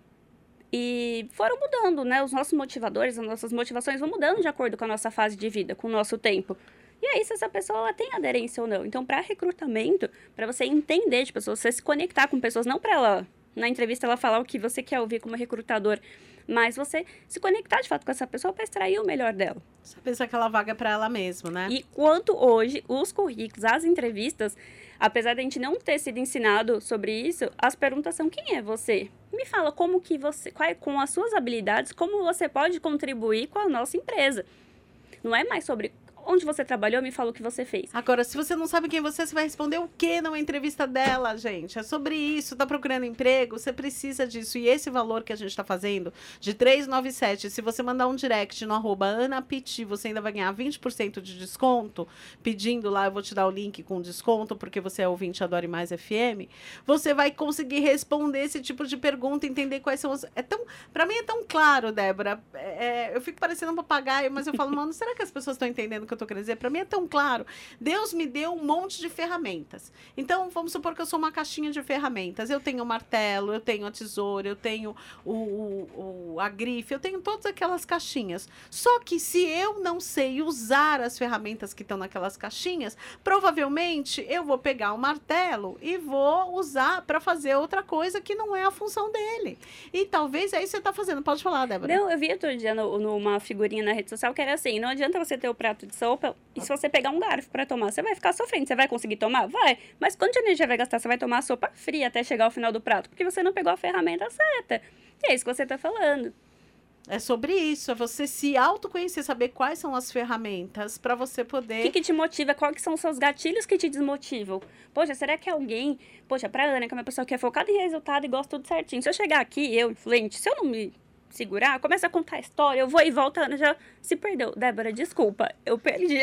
e foram mudando, né? Os nossos motivadores, as nossas motivações vão mudando de acordo com a nossa fase de vida, com o nosso tempo. E aí, se essa pessoa ela tem aderência ou não. Então, para recrutamento, para você entender de pessoas, você se conectar com pessoas, não para ela, na entrevista, ela falar o que você quer ouvir como recrutador, mas você se conectar de fato com essa pessoa para extrair o melhor dela. Saber se aquela vaga é para ela mesma, né? E quanto hoje os currículos, as entrevistas, apesar de a gente não ter sido ensinado sobre isso, as perguntas são: quem é você? Me fala como que você, qual, com as suas habilidades, como você pode contribuir com a nossa empresa. Não é mais sobre onde você trabalhou, me fala o que você fez. Agora, se você não sabe quem você é, você vai responder o quê numa entrevista dela, gente? É sobre isso, tá procurando emprego, você precisa disso. E esse valor que a gente tá fazendo, de trezentos e noventa e sete, se você mandar um direct no arroba anapiti, você ainda vai ganhar vinte por cento de desconto, pedindo lá, eu vou te dar o link com desconto, porque você é ouvinte Adore Mais F M, você vai conseguir responder esse tipo de pergunta, entender quais são os... É tão... Pra mim é tão claro, Débora. É, eu fico parecendo um papagaio, mas eu falo, mano, será que as pessoas estão entendendo o que eu tô querendo dizer? Para mim é tão claro. Deus me deu um monte de ferramentas. Então, vamos supor que eu sou uma caixinha de ferramentas. Eu tenho o martelo, eu tenho a tesoura, eu tenho o, o, o, a grife, eu tenho todas aquelas caixinhas. Só que se eu não sei usar as ferramentas que estão naquelas caixinhas, provavelmente eu vou pegar o martelo e vou usar para fazer outra coisa que não é a função dele. E talvez é isso que você está fazendo. Pode falar, Débora. Não, eu vi outro dia no, numa figurinha na rede social que era assim: não adianta você ter o prato de sopa e se você pegar um garfo para tomar, você vai ficar sofrendo. Você vai conseguir tomar? Vai. Mas quanto de energia vai gastar? Você vai tomar a sopa fria até chegar ao final do prato, porque você não pegou a ferramenta certa. E é isso que você está falando. É sobre isso, é você se autoconhecer, saber quais são as ferramentas para você O poder... que, que te motiva? Quais que são os seus gatilhos que te desmotivam? Poxa, será que alguém... Poxa, pra Ana, que é uma pessoa que é focada em resultado e gosta tudo certinho. Se eu chegar aqui, eu, influente, se eu não me segurar, começa a contar a história, eu vou e volto, a Ana já se perdeu. Débora, desculpa, eu perdi.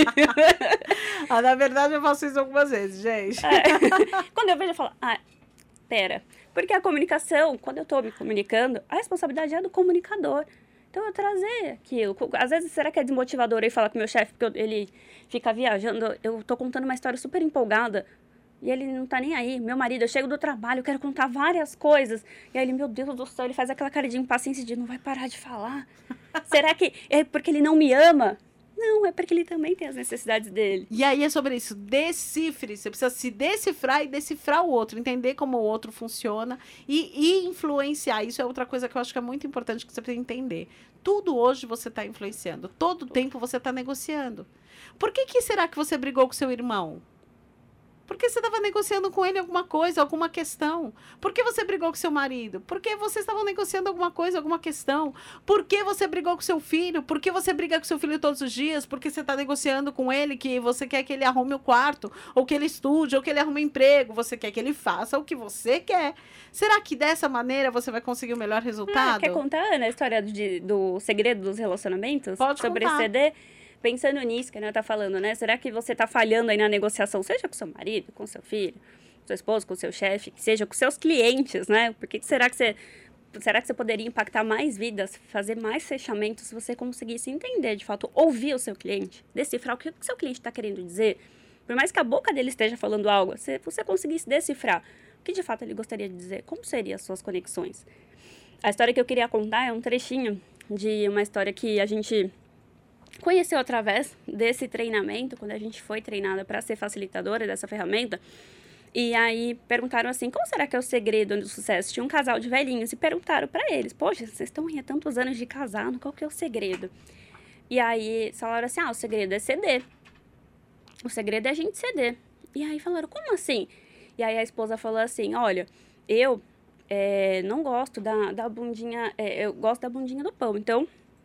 ah, na verdade, eu faço isso algumas vezes, gente. É. Quando eu vejo, eu falo, ah, pera. Porque a comunicação, quando eu tô me comunicando, a responsabilidade é do comunicador. Então, eu trazer aquilo. Às vezes, será que é desmotivador eu falar com o meu chefe, porque eu, ele fica viajando, eu tô contando uma história super empolgada, e ele não tá nem aí. Meu marido, eu chego do trabalho, eu quero contar várias coisas. E aí ele, meu Deus do céu, ele faz aquela cara de impaciência de não vai parar de falar. Será que é porque ele não me ama? Não, é porque ele também tem as necessidades dele. E aí é sobre isso, decifre, você precisa se decifrar e decifrar o outro, entender como o outro funciona e, e influenciar. Isso é outra coisa que eu acho que é muito importante que você precisa entender. Tudo hoje você está influenciando, todo tempo você está negociando. Por que que será que você brigou com seu irmão? Porque você estava negociando com ele alguma coisa, alguma questão. Por que você brigou com seu marido? Porque vocês estavam negociando alguma coisa, alguma questão. Por que você brigou com seu filho? Por que você briga com seu filho todos os dias? Porque você está negociando com ele que você quer que ele arrume o quarto, ou que ele estude, ou que ele arrume emprego. Você quer que ele faça o que você quer. Será que dessa maneira você vai conseguir o melhor resultado? Ah, quer contar, Ana, a história de, do segredo dos relacionamentos? Pode sobre contar. C D? Pensando nisso que a Ana tá falando, né? Será que você tá falhando aí na negociação, seja com seu marido, com seu filho, com seu esposo, com seu chefe, que seja com seus clientes, né? Por que será que você... Será que você poderia impactar mais vidas, fazer mais fechamentos se você conseguisse entender, de fato, ouvir o seu cliente, decifrar o que o seu cliente está querendo dizer? Por mais que a boca dele esteja falando algo, se você conseguisse decifrar o que de fato ele gostaria de dizer, como seriam as suas conexões? A história que eu queria contar é um trechinho de uma história que a gente conheceu através desse treinamento, quando a gente foi treinada para ser facilitadora dessa ferramenta. E aí perguntaram assim, qual será que é o segredo do sucesso? Tinha um casal de velhinhos e perguntaram para eles, poxa, vocês estão há tantos anos de casado, qual que é o segredo? E aí falaram assim, ah, o segredo é ceder. O segredo é a gente ceder. E aí falaram, como assim? E aí a esposa falou assim, olha, eu é, não gosto da, da bundinha, é, eu gosto da bundinha do pão, então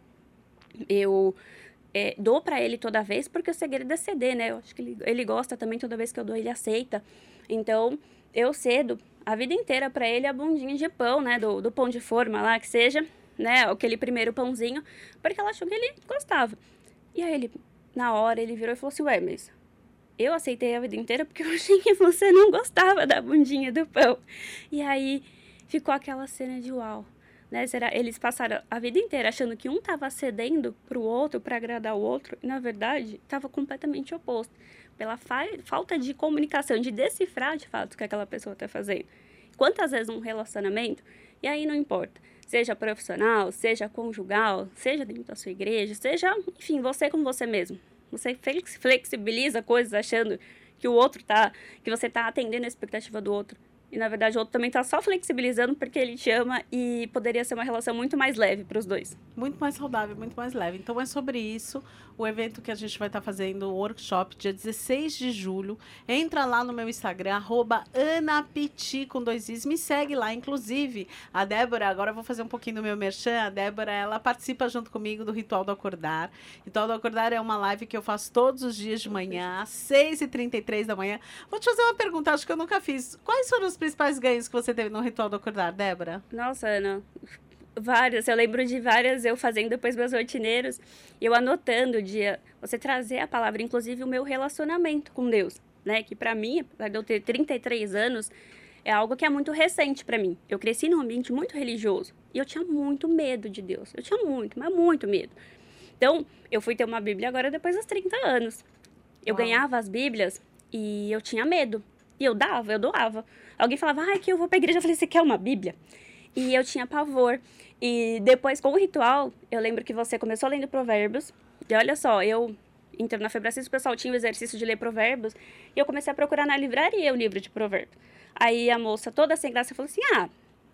eu... É, dou pra ele toda vez, porque o segredo é ceder, né? Eu acho que ele, ele gosta também, toda vez que eu dou, ele aceita. Então, eu cedo a vida inteira pra ele a bundinha de pão, né? Do, do pão de forma lá, que seja, né? Aquele primeiro pãozinho, porque ela achou que ele gostava. E aí, ele, na hora, ele virou e falou assim, ué, mas eu aceitei a vida inteira porque eu achei que você não gostava da bundinha do pão. E aí, ficou aquela cena de uau. Né, será, eles passaram a vida inteira achando que um estava cedendo para o outro, para agradar o outro, e na verdade estava completamente oposto. Pela fa falta de comunicação, de decifrar de fato o que aquela pessoa está fazendo. Quantas vezes um relacionamento, e aí não importa, seja profissional, seja conjugal, seja dentro da sua igreja, seja, enfim, você com você mesmo. Você flexibiliza coisas achando que o outro tá, que você está atendendo a expectativa do outro. E, na verdade, o outro também está só flexibilizando porque ele te ama e poderia ser uma relação muito mais leve para os dois. Muito mais saudável, muito mais leve. Então, é sobre isso o evento que a gente vai estar tá fazendo, o workshop, dia dezesseis de julho. Entra lá no meu Instagram, arroba anapiti, com dois is. Me segue lá. Inclusive, a Débora, agora eu vou fazer um pouquinho do meu merchan. A Débora, ela participa junto comigo do Ritual do Acordar. Ritual do Acordar é uma live que eu faço todos os dias de manhã, às seis e trinta e três da manhã. Vou te fazer uma pergunta, acho que eu nunca fiz. Quais foram os principais ganhos que você teve no Ritual do Acordar, Débora? Nossa, Ana, várias. Eu lembro de várias, eu fazendo depois meus rotineiros, eu anotando o dia, você trazer a palavra, inclusive o meu relacionamento com Deus, né? Que pra mim, apesar de eu ter trinta e três anos, é algo que é muito recente pra mim. Eu cresci num ambiente muito religioso e eu tinha muito medo de Deus. Eu tinha muito, mas muito medo. Então, eu fui ter uma Bíblia agora depois dos trinta anos. Eu Uau. ganhava as Bíblias e eu tinha medo. E eu dava, eu doava. Alguém falava, ai, que eu vou pra igreja. Eu falei, você quer uma Bíblia? E eu tinha pavor. E depois, com o ritual, eu lembro que você começou lendo Provérbios. E olha só, eu entrei na Febracis, o pessoal tinha o exercício de ler Provérbios. E eu comecei a procurar na livraria o livro de Provérbios. Aí a moça, toda sem graça, falou assim, ah,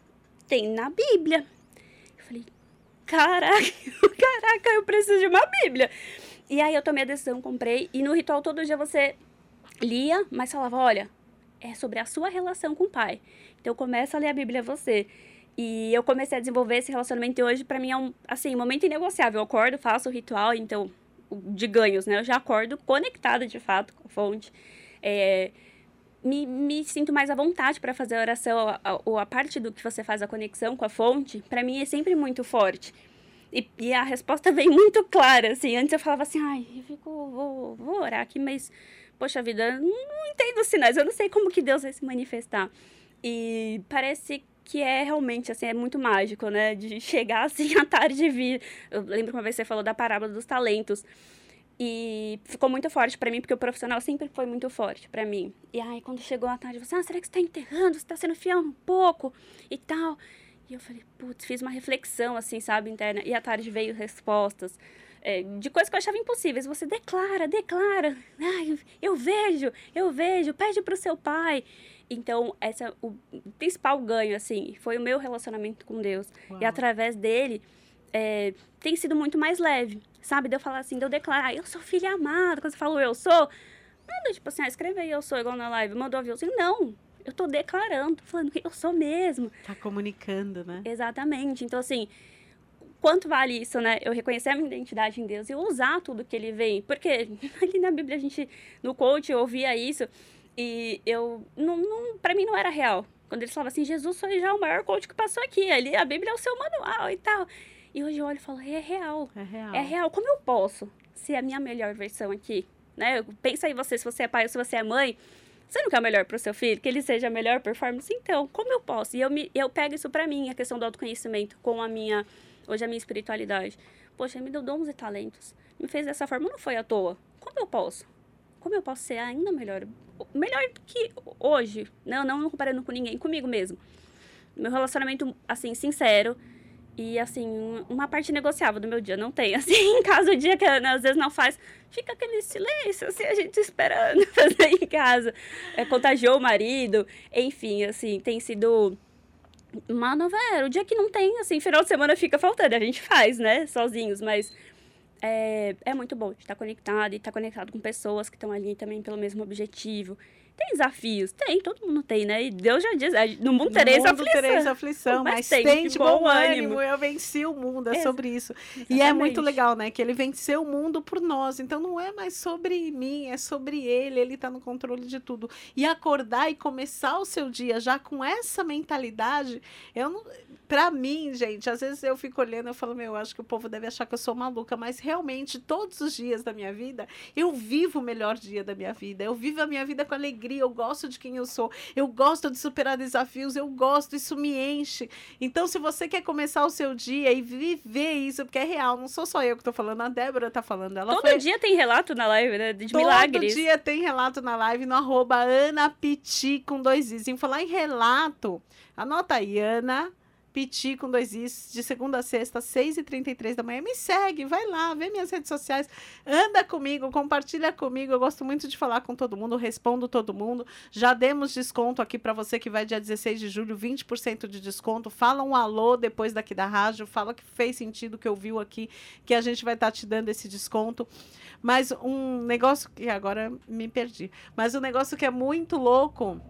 tem na Bíblia. Eu falei, caraca, caraca, eu preciso de uma Bíblia. E aí eu tomei a decisão, comprei. E no ritual, todo dia você lia, mas falava, olha, é sobre a sua relação com o pai. Então, começa a ler a Bíblia você. E eu comecei a desenvolver esse relacionamento e hoje, pra mim, é um, assim, um momento inegociável. Eu acordo, faço o ritual, então, de ganhos, né? Eu já acordo conectada, de fato, com a fonte. É, me, me sinto mais à vontade para fazer a oração. Ou a, a parte do que você faz, a conexão com a fonte, pra mim, é sempre muito forte. E, e a resposta vem muito clara, assim. Antes eu falava assim, ai, eu fico, vou, vou orar aqui, mas... Poxa vida, não, não entendo os sinais, eu não sei como que Deus vai se manifestar. E parece que é realmente, assim, é muito mágico, né? De chegar assim à tarde e vir. Eu lembro que uma vez você falou da parábola dos talentos. E ficou muito forte pra mim, porque o profissional sempre foi muito forte pra mim. E aí, quando chegou a tarde, você, ah, será que você tá enterrando? Você tá sendo fiel um pouco? E tal. E eu falei, putz, fiz uma reflexão, assim, sabe, interna. E à tarde veio respostas. é, de coisas que eu achava impossíveis. Você declara, declara. Ai, eu vejo, eu vejo. Pede pro seu pai. Então, esse é o principal ganho, assim, foi o meu relacionamento com Deus. Uau. E através dele, é, tem sido muito mais leve, sabe? De eu falar assim, de eu declarar, eu sou filha amada. Quando você fala eu sou, nada tipo assim, ah, escreve aí eu sou, igual na live, mandou aviãozinho. Não, eu tô declarando, tô falando que eu sou mesmo. Tá comunicando, né? Exatamente. Então, assim, quanto vale isso, né? Eu reconhecer a minha identidade em Deus e usar tudo que ele vem. Porque ali na Bíblia, a gente, no coach, eu ouvia isso. E eu, não, não, pra mim não era real. Quando eles falavam assim, Jesus foi já o maior coach que passou aqui. Ali a Bíblia é o seu manual e tal. E hoje eu olho e falo, é real. É real. É real. Como eu posso ser a minha melhor versão aqui? Né? Pensa aí você, se você é pai ou se você é mãe. Você não quer o melhor pro seu filho? Que ele seja a melhor performance? Então, como eu posso? E eu, me, eu pego isso pra mim, a questão do autoconhecimento, com a minha, hoje a minha espiritualidade. Poxa, me deu dons e talentos. Me fez dessa forma, não foi à toa. Como eu posso? Como eu posso ser ainda melhor? Melhor do que hoje. Não, não comparando com ninguém, comigo mesmo. Meu relacionamento, assim, sincero. E, assim, uma parte negociável do meu dia. Não tem, assim, em casa o dia que né, às vezes não faz, fica aquele silêncio, assim, a gente esperando fazer em casa. É, contagiou o marido. Enfim, assim, tem sido uma novela. O dia que não tem, assim, final de semana fica faltando. A gente faz, né, sozinhos, mas... É, é muito bom estar conectado e estar conectado com pessoas que estão ali também pelo mesmo objetivo. Tem desafios? Tem, todo mundo tem, né? E Deus já diz, no mundo tereis aflição. No mundo tereis aflição, mas, mas tem, tem de bom, bom ânimo. ânimo. Eu venci o mundo, é Ex- sobre isso. Exatamente. E é muito legal, né? Que ele venceu o mundo por nós. Então não é mais sobre mim, é sobre ele. Ele tá no controle de tudo. E acordar e começar o seu dia já com essa mentalidade, eu não... Pra mim, gente, às vezes eu fico olhando e falo, meu, acho que o povo deve achar que eu sou maluca, mas realmente, todos os dias da minha vida, eu vivo o melhor dia da minha vida. Eu vivo a minha vida com alegria, eu gosto de quem eu sou, eu gosto de superar desafios, eu gosto, isso me enche. Então, se você quer começar o seu dia e viver isso, porque é real, não sou só eu que tô falando, a Débora tá falando. Ela Todo foi... dia tem relato na live, né, de Todo milagres. Todo dia tem relato na live, no arroba Ana Piti com dois Is. Em falar em relato, anota aí, Ana Piti com dois Is, de segunda a sexta, seis e trinta e três da manhã. Me segue, vai lá, vê minhas redes sociais, anda comigo, compartilha comigo. Eu gosto muito de falar com todo mundo, respondo todo mundo. Já demos desconto aqui para você que vai dia dezesseis de julho, vinte por cento de desconto. Fala um alô depois daqui da rádio, fala que fez sentido, que ouviu aqui, que a gente vai estar tá te dando esse desconto. Mas um negócio que agora me perdi, mas um negócio que é muito louco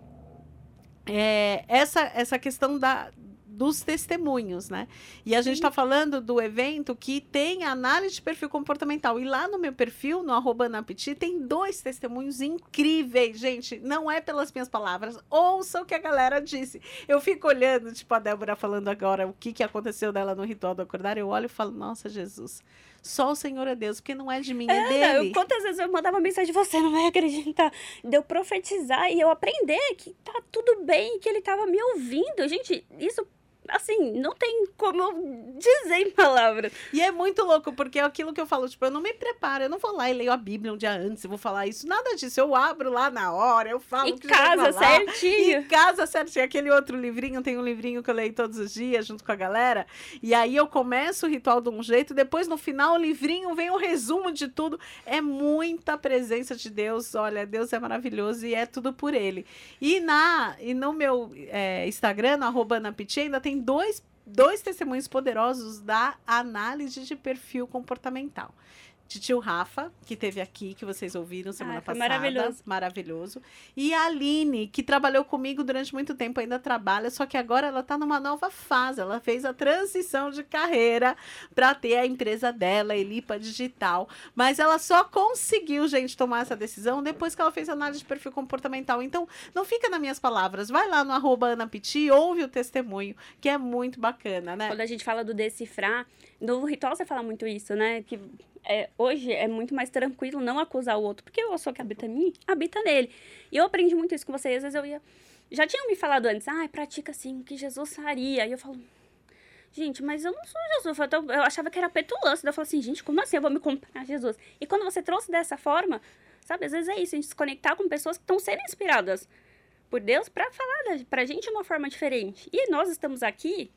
é essa, essa questão da dos testemunhos, né? E a gente está falando do evento que tem análise de perfil comportamental. E lá no meu perfil, no arroba Anapiti, tem dois testemunhos incríveis, gente. Não é pelas minhas palavras. Ouça o que a galera disse. Eu fico olhando, tipo a Débora falando agora o que, que aconteceu dela no ritual do acordar. Eu olho e falo, nossa, Jesus, só o Senhor é Deus, porque não é de mim, é, é dele. Eu, quantas vezes eu mandava mensagem, você não vai acreditar, de eu profetizar e eu aprender que tá tudo bem, que ele tava me ouvindo. Gente, isso... Assim, não tem como eu dizer em palavras. E é muito louco, porque é aquilo que eu falo, tipo, eu não me preparo, eu não vou lá e leio a Bíblia um dia antes, eu vou falar isso, nada disso. Eu abro lá na hora, eu falo em o que casa, certinho. Em casa, certinho. Aquele outro livrinho, tem um livrinho que eu leio todos os dias, junto com a galera, e aí eu começo o ritual de um jeito, depois no final o livrinho vem um resumo de tudo. É muita presença de Deus, olha, Deus é maravilhoso e é tudo por ele. E, na, e no meu é, Instagram, no arroba Anapiti, ainda tem Dois, dois testemunhos poderosos da análise de perfil comportamental. De tio Rafa, que teve aqui, que vocês ouviram semana ah, passada. Maravilhoso. Maravilhoso. E a Aline, que trabalhou comigo durante muito tempo, ainda trabalha, só que agora ela está numa nova fase. Ela fez a transição de carreira para ter a empresa dela, Elipa Digital. Mas ela só conseguiu, gente, tomar essa decisão depois que ela fez a análise de perfil comportamental. Então, não fica nas minhas palavras. Vai lá no arroba Anapiti, ouve o testemunho, que é muito bacana, né? Quando a gente fala do decifrar, no ritual você fala muito isso, né? Que... É, hoje é muito mais tranquilo não acusar o outro, porque eu sou que habita em mim, habita nele. E eu aprendi muito isso com você. Às vezes eu ia... Já tinham me falado antes, ah, pratica assim, o que Jesus faria. E eu falo, gente, mas eu não sou Jesus. Eu achava que era petulância. Eu falo assim, gente, como assim eu vou me comparar a Jesus? E quando você trouxe dessa forma, sabe, às vezes é isso, a gente se conectar com pessoas que estão sendo inspiradas por Deus para falar pra gente de uma forma diferente. E nós estamos aqui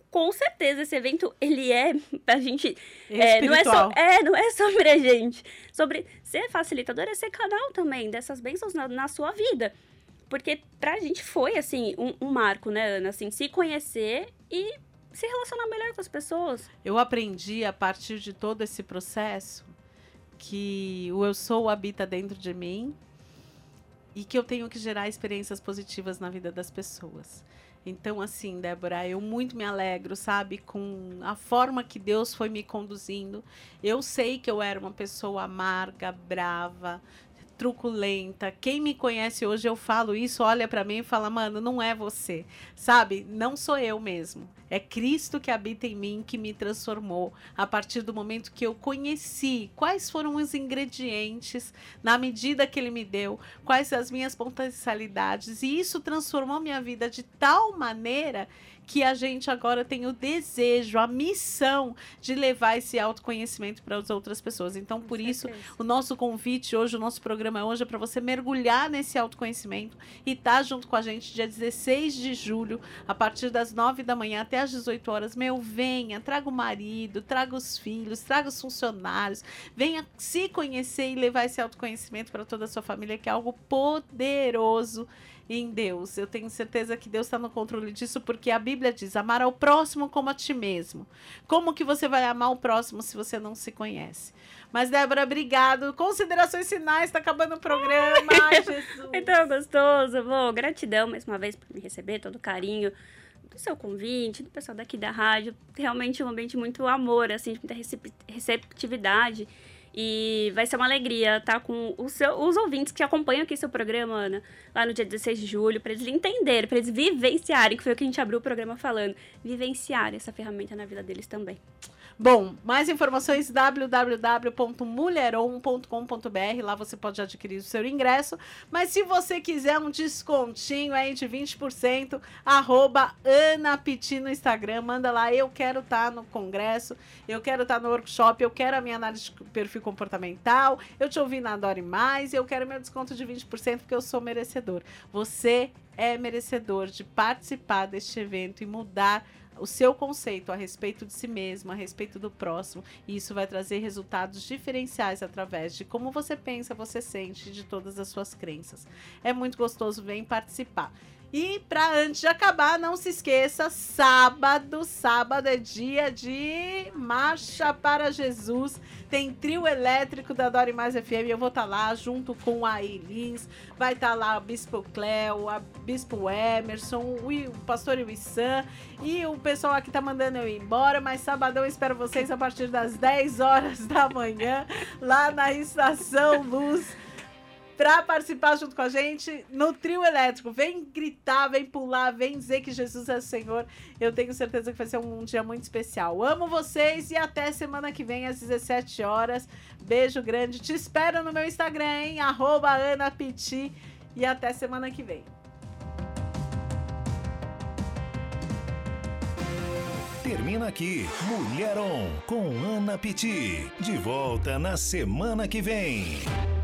com certeza, esse evento, ele é pra gente... É, não, é Espiritual. so, é, não é sobre a gente. Sobre ser facilitador é ser canal também dessas bênçãos na, na sua vida. Porque pra gente foi, assim, um, um marco, né, Ana? Assim, se conhecer e se relacionar melhor com as pessoas. Eu aprendi a partir de todo esse processo que o eu sou habita dentro de mim e que eu tenho que gerar experiências positivas na vida das pessoas. Então, assim, Débora, eu muito me alegro, sabe, com a forma que Deus foi me conduzindo. Eu sei que eu era uma pessoa amarga, brava, truculenta. Quem me conhece hoje, eu falo isso, olha pra mim e fala, mano, não é você, sabe? Não sou eu mesmo. É Cristo que habita em mim, que me transformou a partir do momento que eu conheci quais foram os ingredientes, na medida que Ele me deu, quais as minhas potencialidades. E isso transformou minha vida de tal maneira que a gente agora tem o desejo, a missão de levar esse autoconhecimento para as outras pessoas. Então, por isso, o nosso convite hoje, o nosso programa hoje é para você mergulhar nesse autoconhecimento e estar junto com a gente dia dezesseis de julho, a partir das nove da manhã até às dezoito horas. Meu, venha, traga o marido, traga os filhos, traga os funcionários, venha se conhecer e levar esse autoconhecimento para toda a sua família, que é algo poderoso em Deus. Eu tenho certeza que Deus está no controle disso, porque a Bíblia diz, amar ao próximo como a ti mesmo. Como que você vai amar o próximo se você não se conhece? Mas, Débora, obrigado. Considerações finais, está acabando o programa. Ai, Jesus. Então, gostoso. Bom, gratidão mais uma vez por me receber, todo o carinho do seu convite, do pessoal daqui da rádio. Realmente um ambiente muito amor, assim, de muita recep- receptividade. E vai ser uma alegria estar com os, seu, os ouvintes que acompanham aqui seu programa, Ana, lá no dia dezesseis de julho, para eles entenderem, para eles vivenciarem, que foi o que a gente abriu o programa falando, vivenciar essa ferramenta na vida deles também. Bom, mais informações w w w ponto mulheron ponto com ponto b r, lá você pode adquirir o seu ingresso, mas se você quiser um descontinho aí de vinte por cento, arroba Ana Pitti no Instagram, manda lá, eu quero estar no congresso, eu quero estar no workshop, eu quero a minha análise de perfil comportamental, eu te ouvi na Adore Mais, eu quero meu desconto de vinte por cento porque eu sou merecedor. Você é merecedor de participar deste evento e mudar o seu conceito a respeito de si mesmo, a respeito do próximo, e isso vai trazer resultados diferenciais através de como você pensa, você sente, de todas as suas crenças. É muito gostoso, vem participar. E para antes de acabar, não se esqueça, sábado, sábado é dia de Marcha para Jesus. Tem trio elétrico da Adore Mais F M. Eu vou estar lá junto com a Elis. Vai estar lá o Bispo Cléo, a Bispo Emerson, o pastor Iwissan. E o pessoal aqui tá mandando eu ir embora. Mas sabadão eu espero vocês a partir das dez horas da manhã, lá na Estação Luz, para participar junto com a gente no trio elétrico. Vem gritar, vem pular, vem dizer que Jesus é o Senhor. Eu tenho certeza que vai ser um dia muito especial. Amo vocês e até semana que vem às dezessete horas. Beijo grande. Te espero no meu Instagram, hein? Arroba Ana Pitti. E até semana que vem. Termina aqui Mulheron com Ana Pitti. De volta na semana que vem.